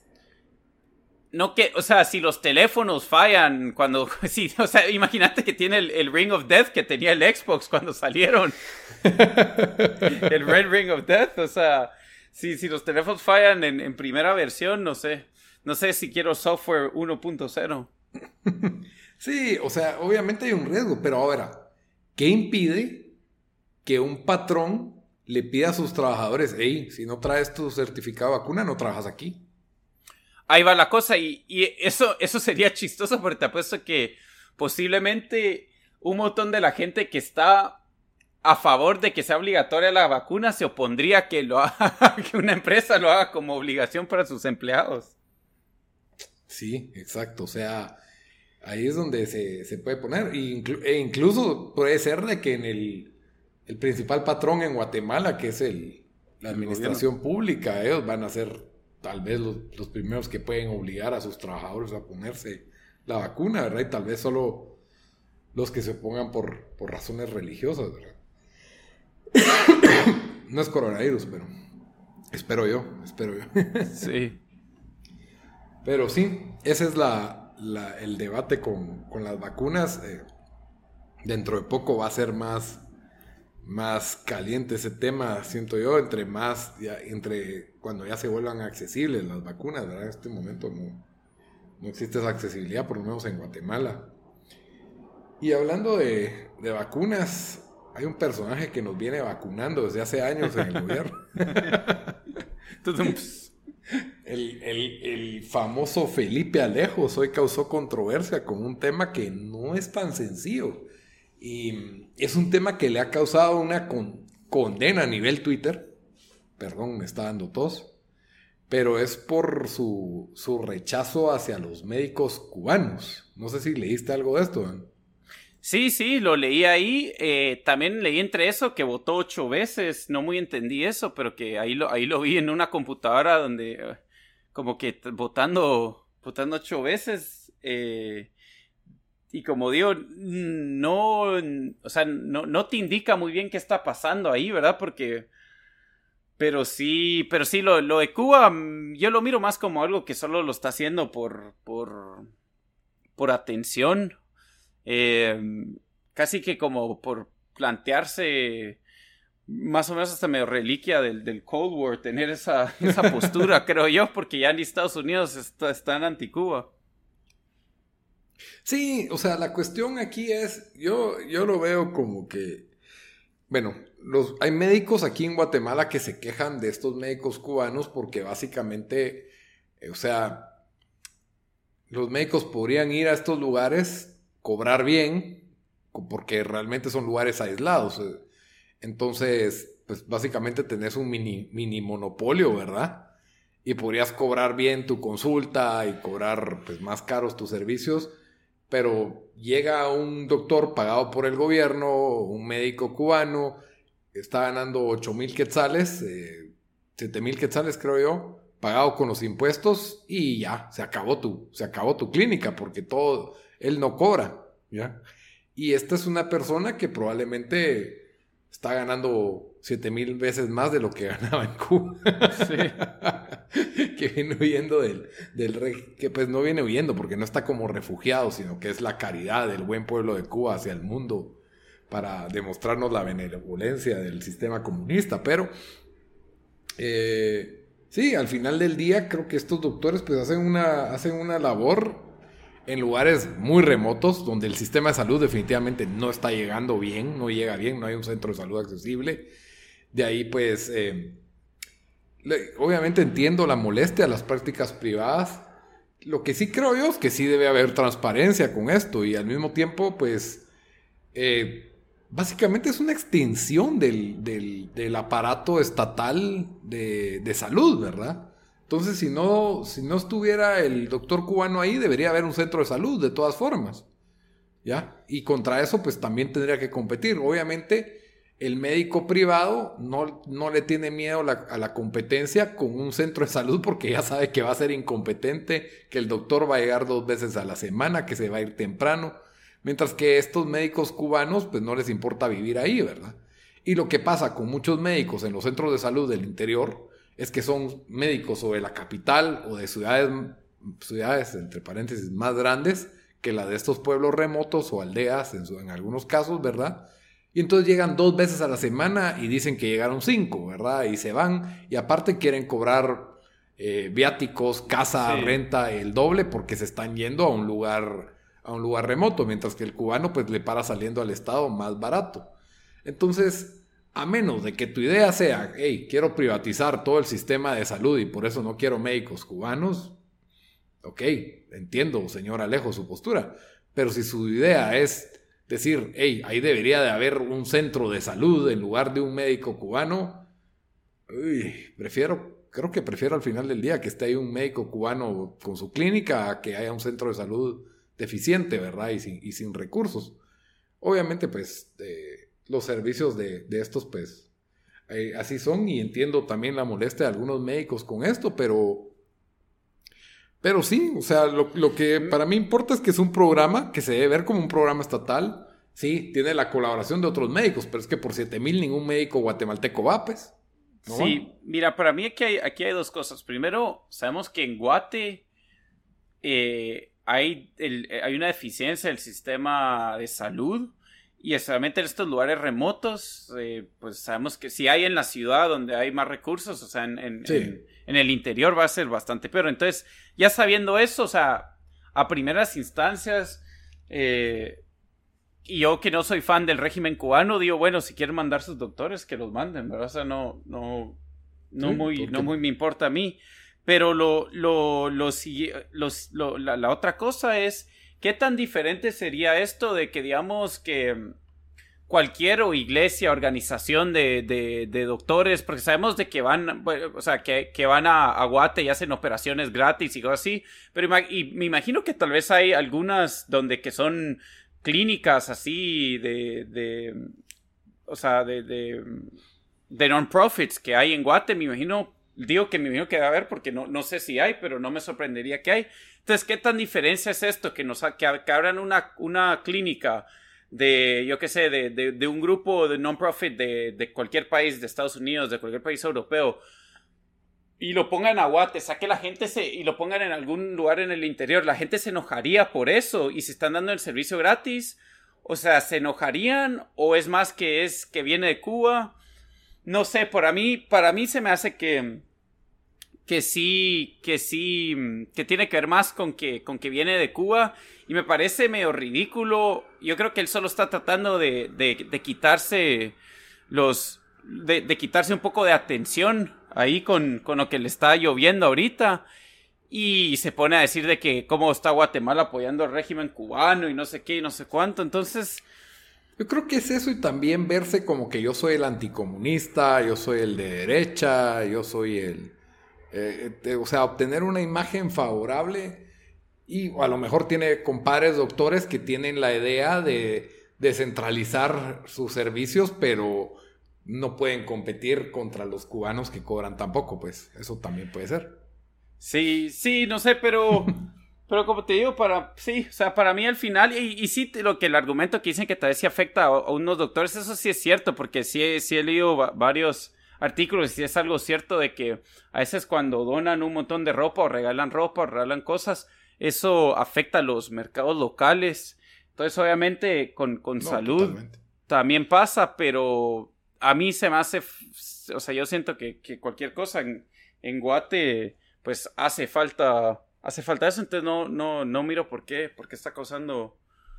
no que, o sea, si los teléfonos fallan cuando, sí, o sea, imagínate que tiene el, el Ring of Death que tenía el Xbox cuando salieron, el Red Ring of Death, o sea, si, si los teléfonos fallan en, en primera versión, no sé, no sé si quiero software uno punto cero. Sí, o sea, obviamente hay un riesgo, pero ahora... ¿Qué impide que un patrón le pida a sus trabajadores, hey, si no traes tu certificado de vacuna, no trabajas aquí? Ahí va la cosa, y, y eso, eso sería chistoso porque te apuesto que posiblemente un montón de la gente que está a favor de que sea obligatoria la vacuna se opondría a que, lo haga, que una empresa lo haga como obligación para sus empleados. Sí, exacto, o sea... Ahí es donde se, se puede poner. Inclu- e incluso puede ser de que en el, el principal patrón en Guatemala, que es el, la administración el pública, ellos van a ser tal vez los, los primeros que pueden obligar a sus trabajadores a ponerse la vacuna, ¿verdad? Y tal vez solo los que se opongan por, por razones religiosas, ¿verdad? No es coronavirus, pero espero yo, espero yo. Sí. Pero sí, esa es la... La, el debate con, con las vacunas. Eh, dentro de poco va a ser más más caliente ese tema, siento yo, entre más, ya, entre cuando ya se vuelvan accesibles las vacunas, ¿verdad? En este momento no, no existe esa accesibilidad, por lo menos en Guatemala. Y hablando de, de vacunas, hay un personaje que nos viene vacunando desde hace años en el gobierno. el, el, el famoso Felipe Alejos hoy causó controversia con un tema que no es tan sencillo. Y es un tema que le ha causado una con, condena a nivel Twitter. Perdón, me está dando tos. Pero es por su, su rechazo hacia los médicos cubanos. No sé si leíste algo de esto, ¿eh? Sí, sí, lo leí ahí. Eh, también leí entre eso que votó ocho veces. No muy entendí eso, pero que ahí lo, ahí lo vi en una computadora donde eh, como que t- votando, votando ocho veces. Eh, y como digo, no, o sea, no, no te indica muy bien qué está pasando ahí, ¿verdad? Porque, pero sí, pero sí, lo, lo de Cuba, mm, yo lo miro más como algo que solo lo está haciendo por, por, por atención. Eh, casi que como por plantearse más o menos hasta medio reliquia del, del Cold War, tener esa, esa postura, creo yo, porque ya ni Estados Unidos está, están anti-Cuba. Sí, o sea, la cuestión aquí es, yo, yo lo veo como que, bueno, los, hay médicos aquí en Guatemala que se quejan de estos médicos cubanos porque básicamente, eh, o sea, los médicos podrían ir a estos lugares, cobrar bien, porque realmente son lugares aislados. eh. Entonces, pues básicamente tenés un mini, mini monopolio, ¿verdad? Y podrías cobrar bien tu consulta y cobrar pues, más caros tus servicios, pero llega un doctor pagado por el gobierno, un médico cubano, está ganando ocho mil quetzales, eh, siete mil quetzales creo yo, pagado con los impuestos y ya, se acabó tu, se acabó tu clínica porque todo, él no cobra, ¿ya? Y esta es una persona que probablemente está ganando siete mil veces más de lo que ganaba en Cuba. Sí. Que viene huyendo del, del rey, que pues no viene huyendo porque no está como refugiado, sino que es la caridad del buen pueblo de Cuba hacia el mundo para demostrarnos la benevolencia del sistema comunista. Pero eh, sí, al final del día creo que estos doctores pues hacen una, hacen una labor en lugares muy remotos donde el sistema de salud definitivamente no está llegando bien, no llega bien, no hay un centro de salud accesible. De ahí pues eh, le, obviamente entiendo la molestia a las prácticas privadas. Lo que sí creo yo es que sí debe haber transparencia con esto y al mismo tiempo pues eh, básicamente es una extensión del, del, del aparato estatal de, de salud, ¿verdad? Entonces, si no, si no estuviera el doctor cubano ahí, debería haber un centro de salud, de todas formas, ¿ya? Y contra eso, pues, también tendría que competir. Obviamente, el médico privado no, no le tiene miedo a la, a la competencia con un centro de salud porque ya sabe que va a ser incompetente, que el doctor va a llegar dos veces a la semana, que se va a ir temprano, mientras que estos médicos cubanos, pues, no les importa vivir ahí, ¿verdad? Y lo que pasa con muchos médicos en los centros de salud del interior es que son médicos o de la capital o de ciudades, ciudades entre paréntesis, más grandes que la de estos pueblos remotos o aldeas en, su, en algunos casos, ¿verdad? Y entonces llegan dos veces a la semana y dicen que llegaron cinco, ¿verdad? Y se van y aparte quieren cobrar eh, viáticos, casa, sí. renta, el doble porque se están yendo a un lugar, a un lugar remoto, mientras que el cubano pues le para saliendo al estado más barato. Entonces, a menos de que tu idea sea, hey, quiero privatizar todo el sistema de salud y por eso no quiero médicos cubanos, ok, entiendo, señor Alejo, su postura. Pero si su idea es decir, hey, ahí debería de haber un centro de salud en lugar de un médico cubano, uy, prefiero, creo que prefiero al final del día que esté ahí un médico cubano con su clínica a que haya un centro de salud deficiente, ¿verdad? Y sin, y sin recursos. Obviamente, pues... Eh, los servicios de, de estos pues eh, así son y entiendo también la molestia de algunos médicos con esto, pero pero sí, o sea, lo, lo que para mí importa es que es un programa que se debe ver como un programa estatal, sí, tiene la colaboración de otros médicos, pero es que por siete mil ningún médico guatemalteco va, pues, ¿no? Sí, mira, para mí aquí hay, aquí hay dos cosas. Primero, sabemos que en Guate eh, hay, el, hay una deficiencia del sistema de salud. y especialmente en estos lugares remotos, eh, pues sabemos que si hay en la ciudad donde hay más recursos, o sea, en, en, Sí. en, en el interior va a ser bastante peor. Entonces, ya sabiendo eso, o sea, a primeras instancias, eh, y yo que no soy fan del régimen cubano, digo, bueno, si quieren mandar sus doctores, que los manden, ¿verdad? O sea, no, no, no, Sí, muy, porque- no muy me importa a mí. Pero lo, lo, lo, si- los- lo- la, la otra cosa es, ¿qué tan diferente sería esto de que, digamos, que mm, cualquier o iglesia, organización de, de, de doctores, porque sabemos de que van, bueno, o sea, que, que van a, a Guate y hacen operaciones gratis y cosas así, pero ima- y me imagino que tal vez hay algunas donde que son clínicas así de, de o sea, de, de, de non-profits que hay en Guate, me imagino, digo que me imagino que va a haber porque no, no sé si hay, pero no me sorprendería que hay. Entonces, ¿qué tan diferencia es esto? Que nos ha- que, que abran una, una clínica de, yo qué sé, de, de, de un grupo de non-profit de, de cualquier país, de Estados Unidos, de cualquier país europeo, y lo pongan a Guate, saque la gente se, y lo pongan en algún lugar en el interior, la gente se enojaría por eso, y si están dando el servicio gratis, o sea, ¿se enojarían? ¿O es más que es que viene de Cuba? No sé, para mí, para mí se me hace que, que sí, que sí, que tiene que ver más con que, con que viene de Cuba, y me parece medio ridículo. Yo creo que él solo está tratando de, de, de quitarse los, de, de quitarse un poco de atención ahí con, con lo que le está lloviendo ahorita, y se pone a decir de que cómo está Guatemala apoyando al régimen cubano y no sé qué y no sé cuánto. Entonces, Yo creo que es eso y también verse como que yo soy el anticomunista, yo soy el de derecha, yo soy el... eh, eh, o sea, obtener una imagen favorable y a lo mejor tiene compadres doctores que tienen la idea de descentralizar sus servicios, pero no pueden competir contra los cubanos que cobran tampoco, pues eso también puede ser. sí, sí, no sé, pero... Pero como te digo, para sí, o sea, para mí al final, y, y sí, lo que el argumento que dicen que tal vez sí afecta a, a unos doctores, eso sí es cierto, porque sí, he- sí he leído va- varios artículos y sí es algo cierto de que a veces cuando donan un montón de ropa o regalan ropa o regalan cosas, eso afecta a los mercados locales. Entonces, obviamente, con, con No, salud totalmente. también pasa, pero a mí se me hace, f- o sea, yo siento que, que cualquier cosa en, en Guate, pues hace falta, hace falta eso, entonces no, no, no miro por qué, por qué está causando,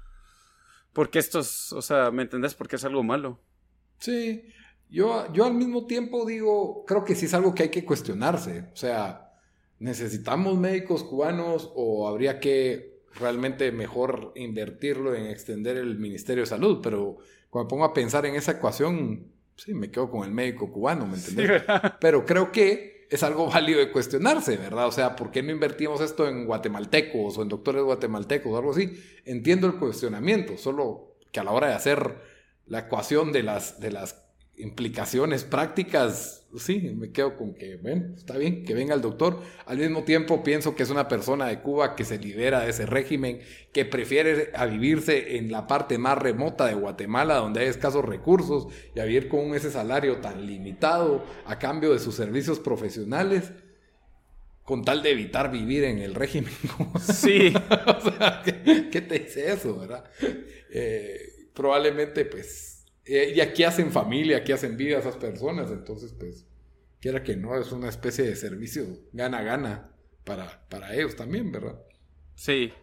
por qué estos, o sea, ¿me entendés? Porque es algo malo. Sí, yo, yo al mismo tiempo digo, creo que sí es algo que hay que cuestionarse. O sea, ¿necesitamos médicos cubanos o habría que realmente mejor invertirlo en extender el Ministerio de Salud? Pero cuando me pongo a pensar en esa ecuación, sí, me quedo con el médico cubano, ¿me Sí, entendés? ¿verdad? Pero creo que es algo válido de cuestionarse, ¿verdad? O sea, ¿por qué no invertimos esto en guatemaltecos o en doctores guatemaltecos o algo así? Entiendo el cuestionamiento, solo que a la hora de hacer la ecuación de las, de las implicaciones prácticas, sí, me quedo con que, bueno, está bien, que venga el doctor. Al mismo tiempo pienso que es una persona de Cuba que se libera de ese régimen, que prefiere a vivirse en la parte más remota de Guatemala, donde hay escasos recursos, y a vivir con ese salario tan limitado a cambio de sus servicios profesionales, con tal de evitar vivir en el régimen. Sí, O sea, ¿qué, qué te dice eso, verdad? Eh, probablemente, pues, eh, y aquí hacen familia, aquí hacen vida esas personas, entonces, pues, quiera que no, es una especie de servicio gana-gana para, para ellos también, ¿verdad? sí,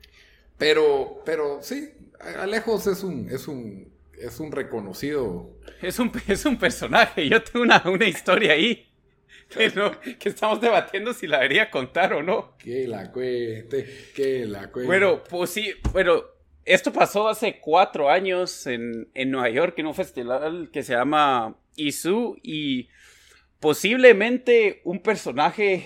Pero, pero sí, Alejos es un, es un, es un reconocido. es un, es un personaje, yo tengo una, una historia ahí, que, no, que estamos debatiendo si la debería contar o no. Que la cuente, que la cuente. Bueno, pues sí, bueno, esto pasó hace cuatro años en, en Nueva York, en un festival que se llama Isu, y posiblemente un personaje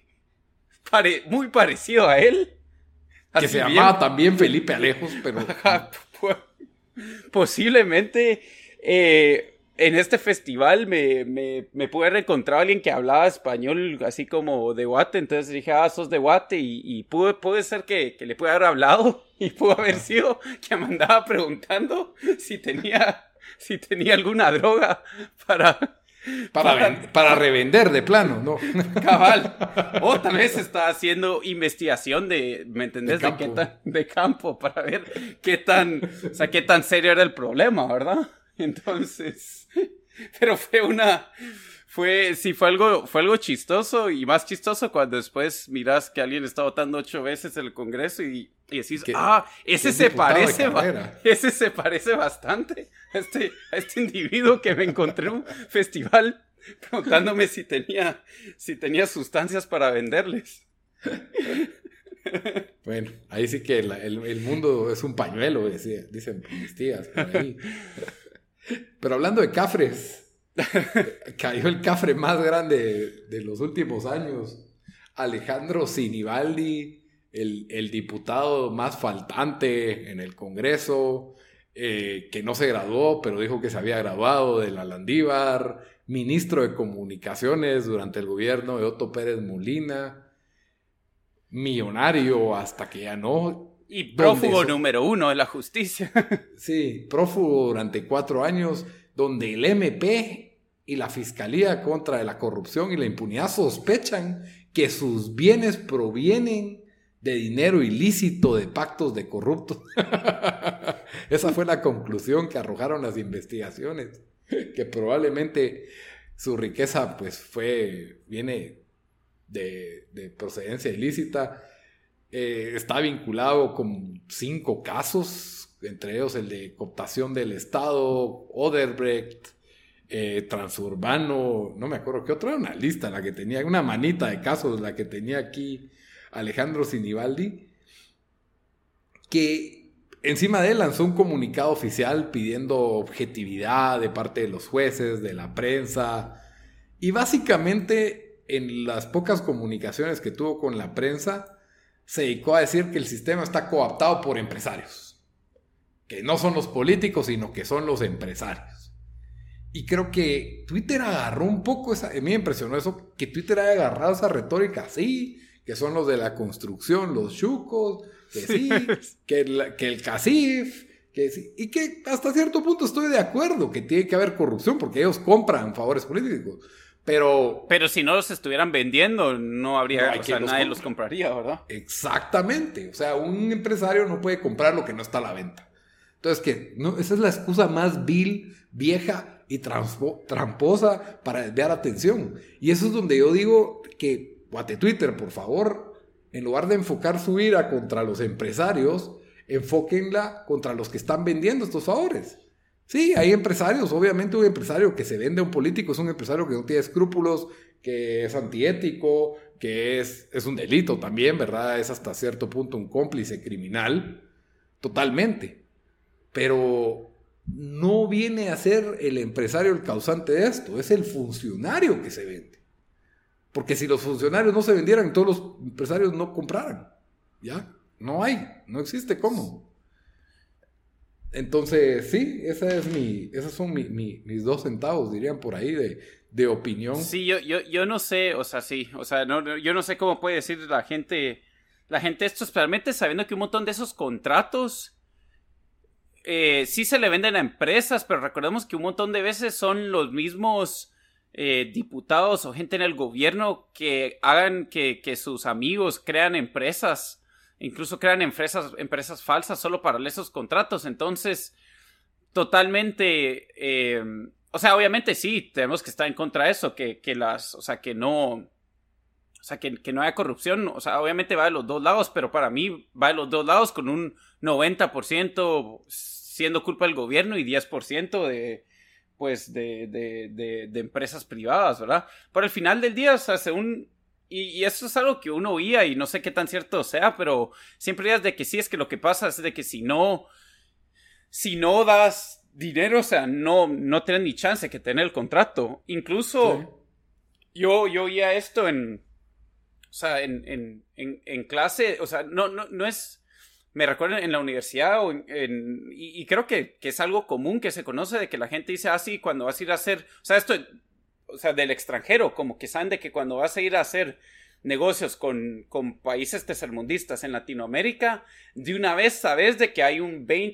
pare- muy parecido a él. que así se bien- llamaba también Felipe Alejos, pero Ajá, po- posiblemente eh, en este festival me, me, me pude reencontrar a alguien que hablaba español así como de Guate, entonces dije, ah, sos de Guate, y, y pude, puede ser que, que le pude haber hablado, y pudo haber sido que me andaba preguntando si tenía, si tenía alguna droga para, Para, para, para revender de plano, ¿no? Cabal. O tal vez está haciendo investigación de, ¿me entendés? De, de, qué tan, de campo, para ver qué tan, o sea, qué tan serio era el problema, ¿verdad? Entonces, pero fue una, fue, sí, fue algo, fue algo chistoso, y más chistoso cuando después miras que alguien está votando ocho veces en el Congreso y, y decís, ah, ese se parece, ese se parece bastante a este, a este individuo que me encontré en un festival preguntándome si tenía, si tenía sustancias para venderles. Bueno, ahí sí que la, el, el mundo es un pañuelo, decía, dicen mis tías por ahí. Pero hablando de cafres, cayó el cafre más grande de los últimos años. Alejandro Sinibaldi, el, el diputado más faltante en el Congreso, eh, que no se graduó, pero dijo que se había graduado de la Landívar, ministro de Comunicaciones durante el gobierno de Otto Pérez Molina, millonario hasta que ya no. Y prófugo número uno de la justicia. Sí, prófugo durante cuatro años, donde el M P y la Fiscalía contra la Corrupción y la Impunidad sospechan que sus bienes provienen de dinero ilícito de pactos de corruptos. Esa fue la conclusión que arrojaron las investigaciones, que probablemente su riqueza pues fue, viene de, de procedencia ilícita. Eh, está vinculado con cinco casos, entre ellos el de cooptación del Estado, Odebrecht, eh, Transurbano, no me acuerdo qué otra, era una lista la que tenía, una manita de casos la que tenía aquí Alejandro Sinibaldi, que encima de él lanzó un comunicado oficial pidiendo objetividad de parte de los jueces, de la prensa, y básicamente en las pocas comunicaciones que tuvo con la prensa se dedicó a decir que el sistema está cooptado por empresarios, que no son los políticos, sino que son los empresarios. Y creo que Twitter agarró un poco esa, a mí me impresionó eso, que Twitter haya agarrado esa retórica así, que son los de la construcción, los chucos, que sí, que el, que el CACIF, que sí, y que hasta cierto punto estoy de acuerdo que tiene que haber corrupción, porque ellos compran favores políticos. Pero, pero si no los estuvieran vendiendo, no habría, no o sea, los nadie compra. los compraría, ¿verdad? Exactamente. O sea, un empresario no puede comprar lo que no está a la venta. Entonces, que no, esa es la excusa más vil, vieja y transpo, tramposa para desviar atención. Y eso es donde yo digo que, guate Twitter, por favor, en lugar de enfocar su ira contra los empresarios, enfóquenla contra los que están vendiendo estos favores. Sí, hay empresarios, obviamente un empresario que se vende a un político es un empresario que no tiene escrúpulos, que es antiético, que es, es un delito también, ¿verdad? Es hasta cierto punto un cómplice criminal, totalmente. Pero no viene a ser el empresario el causante de esto, es el funcionario que se vende. Porque si los funcionarios no se vendieran, todos los empresarios no compraran. ¿Ya? No hay, no existe cómo. Entonces, sí, esa es mi, esos son mi, mi, mis dos centavos, dirían por ahí, de, de opinión. Sí, yo, yo, yo no sé, o sea, sí, o sea, no, yo no sé cómo puede decir la gente, la gente esto, especialmente sabiendo que un montón de esos contratos eh, sí se le venden a empresas, pero recordemos que un montón de veces son los mismos eh, diputados o gente en el gobierno que hagan que, que sus amigos crean empresas. Incluso crean empresas, empresas falsas solo para esos contratos. Entonces, totalmente... Eh, o sea, obviamente sí, tenemos que estar en contra de eso. Que, que las... O sea, que no... O sea, que, que no haya corrupción. O sea, obviamente va de los dos lados. Pero para mí va de los dos lados con un noventa por ciento siendo culpa del gobierno y diez por ciento de... Pues de, de, de, de empresas privadas, ¿verdad? Pero al final del día, o sea, según... Y, y eso es algo que uno oía y no sé qué tan cierto sea, pero siempre es de que sí, es que lo que pasa es de que si no, si no das dinero, o sea, no, no tienes ni chance que tener el contrato. Incluso sí. yo, yo oía esto en, o sea, en, en, en, en clase, o sea, no, no, no es, me recuerdo en la universidad o en, en, y, y creo que, que es algo común que se conoce de que la gente dice así ah, cuando vas a ir a hacer, o sea, esto... O sea, del extranjero, como que saben de que cuando vas a ir a hacer negocios con, con países tercermundistas en Latinoamérica, de una vez sabes de que hay un veinte,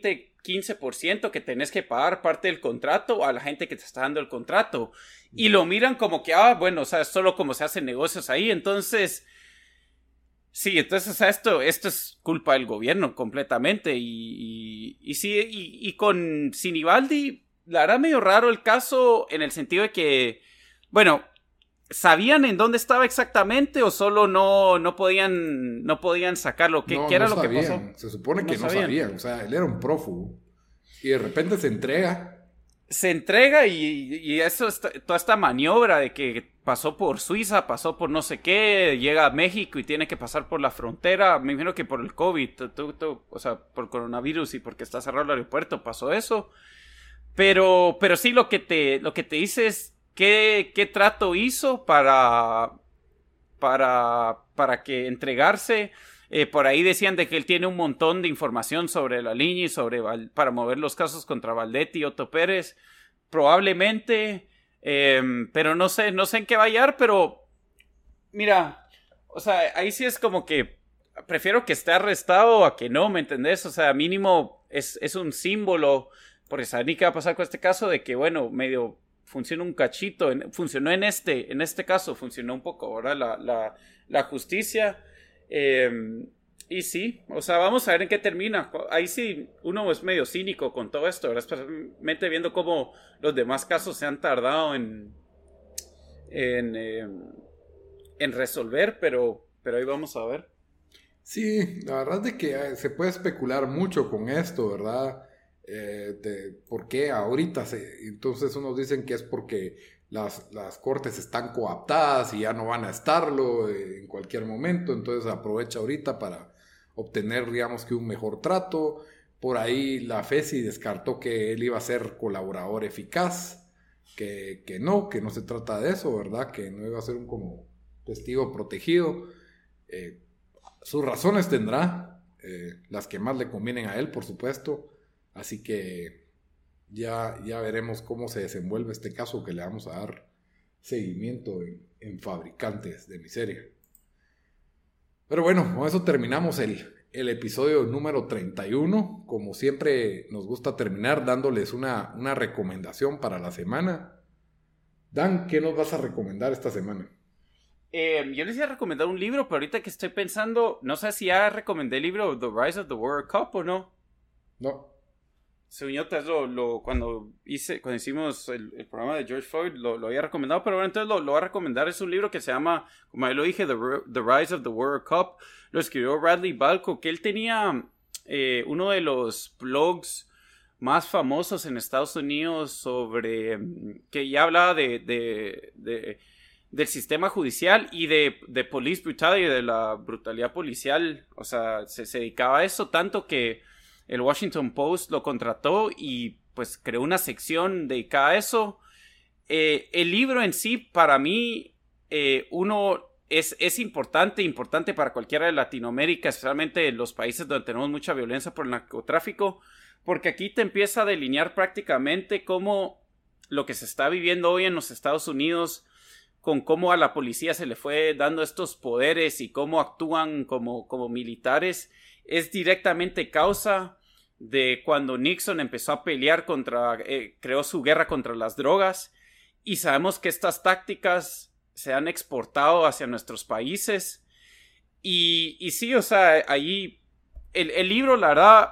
quince por ciento que tenés que pagar parte del contrato a la gente que te está dando el contrato. Y lo miran como que, ah, bueno, o sea, es solo como se hacen negocios ahí. Entonces, sí, entonces, o sea, esto, esto es culpa del gobierno completamente. Y, y, y sí, y, y con Sinibaldi, la verdad medio raro el caso en el sentido de que, bueno, ¿sabían en dónde estaba exactamente o solo no, no podían no podían sacarlo? ¿Qué, no, ¿qué era no lo sabían. que pasó? Se supone que no no sabían. sabían. O sea, él era un prófugo. Y de repente se entrega. Se entrega y, y eso, está, toda esta maniobra de que pasó por Suiza, pasó por no sé qué, llega a México y tiene que pasar por la frontera. Me imagino que por el COVID, tú, tú, o sea, por coronavirus y porque está cerrado el aeropuerto, pasó eso. Pero, pero sí, lo que te, lo que te dice es qué, qué trato hizo para, para, para que entregarse. Eh, por ahí decían de que él tiene un montón de información sobre la línea y sobre Val- para mover los casos contra Valdetti y Otto Pérez. Probablemente, eh, pero no sé, no sé en qué va a hallar, pero mira, o sea, ahí sí es como que prefiero que esté arrestado a que no, ¿me entendés? O sea, mínimo es, es un símbolo, porque saben ni qué va a pasar con este caso de que, bueno, medio funciona un cachito, en, funcionó en este, en este caso, funcionó un poco, ahora la, la, la justicia. Eh, y sí, o sea, vamos a ver en qué termina. Ahí sí, uno es medio cínico con todo esto, ¿verdad? Especialmente viendo cómo los demás casos se han tardado en en, eh, en resolver, pero, pero ahí vamos a ver. Sí, la verdad es de que eh, se puede especular mucho con esto, ¿verdad? Eh, de por qué ahorita se... Entonces unos dicen que es porque las, las cortes están coaptadas y ya no van a estarlo eh, en cualquier momento, entonces aprovecha ahorita para obtener, digamos que un mejor trato. Por ahí la FESI descartó que él iba a ser colaborador eficaz, que, que no, que no se trata de eso, ¿verdad? Que no iba a ser un como testigo protegido. Eh, sus razones tendrá, eh, las que más le convienen a él, por supuesto. Así que ya, ya veremos cómo se desenvuelve este caso que le vamos a dar seguimiento en, en Fabricantes de Miseria. Pero bueno, con eso terminamos el, el episodio número treinta y uno. Como siempre nos gusta terminar dándoles una, una recomendación para la semana. Dan, ¿qué nos vas a recomendar esta semana? Eh, yo les iba a recomendar un libro, pero ahorita que estoy pensando, no sé si ya recomendé el libro The Rise of the World Cup o no. No. Según yo, te lo, lo, cuando, hice, cuando hicimos el, el programa de George Floyd, lo, lo había recomendado, pero bueno, entonces lo, lo voy a recomendar. Es un libro que se llama, como ya lo dije, The, the Rise of the World Cup. Lo escribió Bradley Balco, que él tenía eh, uno de los blogs más famosos en Estados Unidos sobre, que ya hablaba de, de, de del sistema judicial y de, de police brutality, de la brutalidad policial. O sea, se, se dedicaba a eso tanto que el Washington Post lo contrató y pues creó una sección dedicada a eso. Eh, el libro en sí, para mí, eh, uno es, es importante, importante para cualquiera de Latinoamérica, especialmente en los países donde tenemos mucha violencia por el narcotráfico, porque aquí te empieza a delinear prácticamente cómo lo que se está viviendo hoy en los Estados Unidos, con cómo a la policía se le fue dando estos poderes y cómo actúan como, como militares, es directamente causa de cuando Nixon empezó a pelear contra, eh, creó su guerra contra las drogas, y sabemos que estas tácticas se han exportado hacia nuestros países, y, y sí, o sea, ahí el, el libro, la verdad,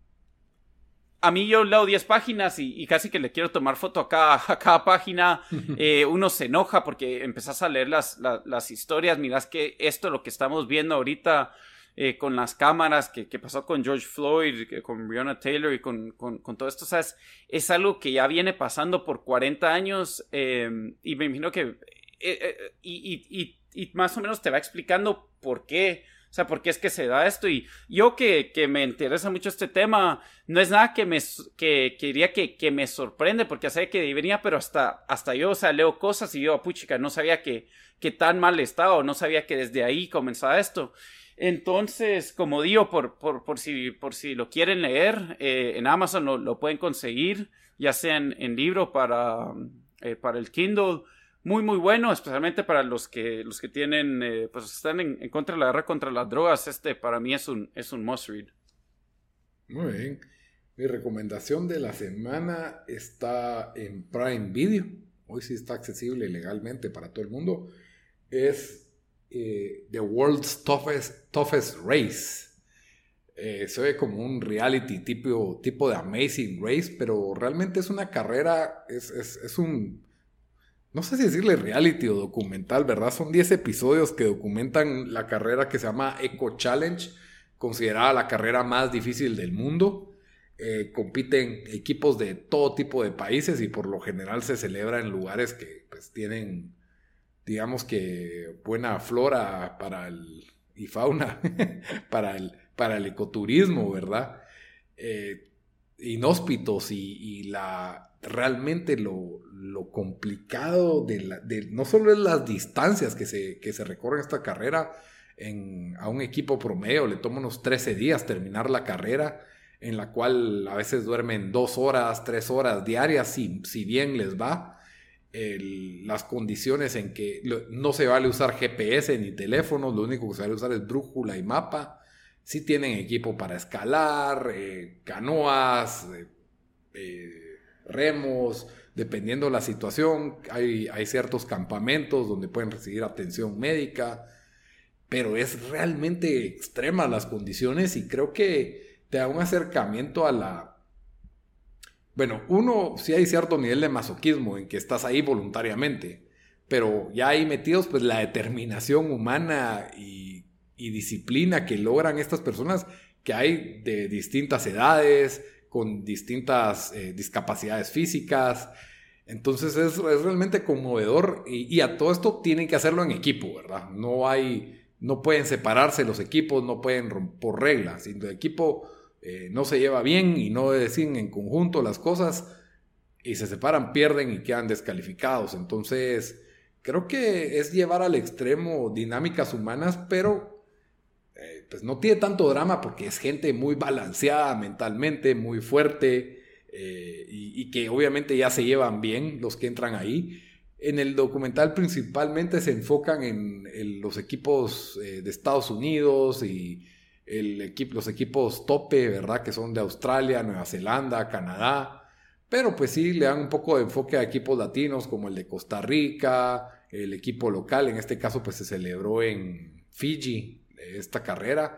a mí yo leo diez páginas y, y casi que le quiero tomar foto a cada, a cada página. Eh, uno se enoja porque empezás a leer las, las, las historias. Mirás que esto, lo que estamos viendo ahorita eh, con las cámaras, que, que pasó con George Floyd, que, con Breonna Taylor y con, con, con todo esto, o sea, es, es algo que ya viene pasando por cuarenta años eh, y me imagino que eh, eh, y, y, y, y más o menos te va explicando por qué. O sea, ¿por qué es que se da esto? Y yo que, que me interesa mucho este tema, no es nada que me que, que diría que, que me sorprende, porque sé que venía, pero hasta, hasta yo, o sea, leo cosas y yo, puchica, no sabía que, que tan mal estaba, o no sabía que desde ahí comenzaba esto. Entonces, como digo, por, por, por, si, por si lo quieren leer, eh, en Amazon lo, lo pueden conseguir, ya sea en, en libro para, eh, para el Kindle. Muy, muy bueno, especialmente para los que, los que tienen, eh, pues están en, en contra de la guerra contra las drogas. Este para mí es un, es un must read. Muy bien. Mi recomendación de la semana está en Prime Video. Hoy sí está accesible legalmente para todo el mundo. Es eh, The World's Toughest, Toughest Race. Eh, se ve como un reality tipo, tipo de Amazing Race, pero realmente es una carrera, es, es, es un... No sé si decirle reality o documental, ¿verdad? Son diez episodios que documentan la carrera que se llama Eco Challenge, considerada la carrera más difícil del mundo. Eh, compiten equipos de todo tipo de países y por lo general se celebra en lugares que pues tienen, digamos que, buena flora para el, y fauna para el, para el ecoturismo, ¿verdad? Eh, inhóspitos y, y la... realmente lo, lo complicado de, la, de no solo es las distancias que se, que se recorren esta carrera. En, a un equipo promedio le toma unos trece días terminar la carrera, en la cual a veces duermen dos horas, tres horas diarias, si, si bien les va. El, las condiciones en que lo, no se vale usar G P S ni teléfonos, lo único que se vale usar es brújula y mapa. Sí tienen equipo para escalar, eh, canoas, eh, eh, remos, dependiendo de la situación. Hay, hay ciertos campamentos donde pueden recibir atención médica, pero es realmente extrema las condiciones y creo que te da un acercamiento a la... Bueno, uno, sí hay cierto nivel de masoquismo en que estás ahí voluntariamente, pero ya ahí metidos pues la determinación humana y, y disciplina que logran estas personas, que hay de distintas edades, con distintas eh, discapacidades físicas. Entonces es, es realmente conmovedor y, y a todo esto tienen que hacerlo en equipo, ¿verdad? No hay, no pueden separarse los equipos, no pueden romper por reglas. Si el equipo eh, no se lleva bien y no deciden en conjunto las cosas y se separan, pierden y quedan descalificados. Entonces creo que es llevar al extremo dinámicas humanas, pero Eh, pues no tiene tanto drama porque es gente muy balanceada mentalmente, muy fuerte eh, y, y que obviamente ya se llevan bien los que entran ahí. En el documental principalmente se enfocan en, en los equipos eh, de Estados Unidos y el equipo, los equipos tope, ¿verdad? Que son de Australia, Nueva Zelanda, Canadá. Pero pues sí le dan un poco de enfoque a equipos latinos como el de Costa Rica, el equipo local. En este caso pues se celebró en Fiji esta carrera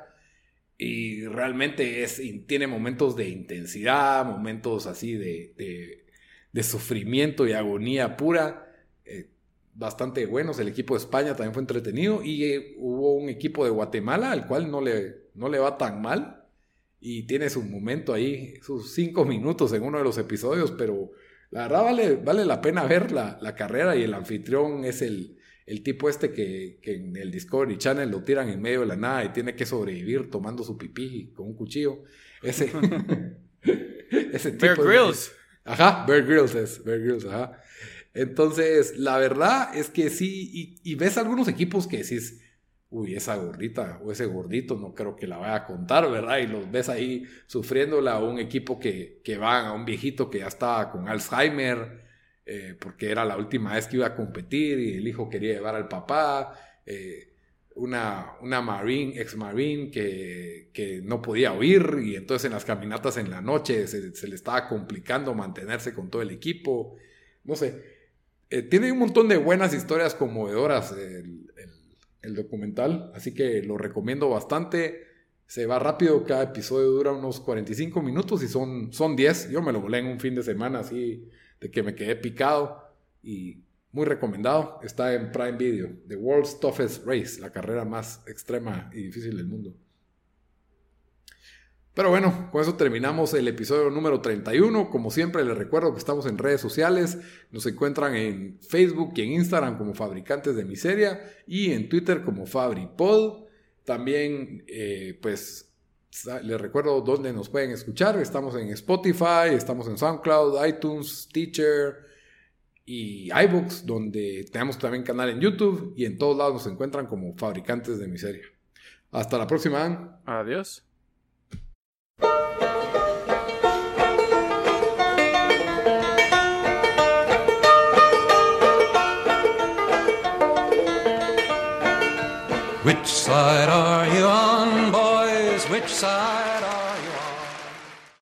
y realmente es, tiene momentos de intensidad, momentos así de, de, de sufrimiento y agonía pura, eh, bastante buenos. El equipo de España también fue entretenido y eh, hubo un equipo de Guatemala al cual no le, no le va tan mal y tiene su momento ahí, sus cinco minutos en uno de los episodios, pero la verdad vale, vale la pena ver la, la carrera y el anfitrión es el El tipo este que, que en el Discovery Channel lo tiran en medio de la nada y tiene que sobrevivir tomando su pipí con un cuchillo. Ese, ese tipo Bear Grylls. De, ajá, Bear Grylls es, Bear Grylls, ajá. Entonces, la verdad es que sí, y, y ves algunos equipos que decís, uy, esa gordita o ese gordito no creo que la vaya a contar, ¿verdad? Y los ves ahí sufriéndola, a un equipo que, que va a un viejito que ya estaba con Alzheimer, Eh, porque era la última vez que iba a competir y el hijo quería llevar al papá, eh, una, una marine, ex marine que, que no podía huir y entonces en las caminatas en la noche se, se le estaba complicando mantenerse con todo el equipo, no sé, eh, tiene un montón de buenas historias conmovedoras el, el, el documental, así que lo recomiendo bastante. Se va rápido, cada episodio dura unos cuarenta y cinco minutos y son, son diez, yo me lo volé en un fin de semana así de que me quedé picado y muy recomendado. Está en Prime Video, The World's Toughest Race, la carrera más extrema y difícil del mundo. Pero bueno, con eso terminamos el episodio número treinta y uno. Como siempre les recuerdo que estamos en redes sociales, nos encuentran en Facebook y en Instagram como Fabricantes de Miseria y en Twitter como FabriPod. También eh, pues les recuerdo dónde nos pueden escuchar. Estamos en Spotify, estamos en SoundCloud, iTunes, Stitcher y iVoox, donde tenemos también canal en YouTube y en todos lados nos encuentran como Fabricantes de Miseria. Hasta la próxima. Adiós. Which side are you on, boys? Which side are you on?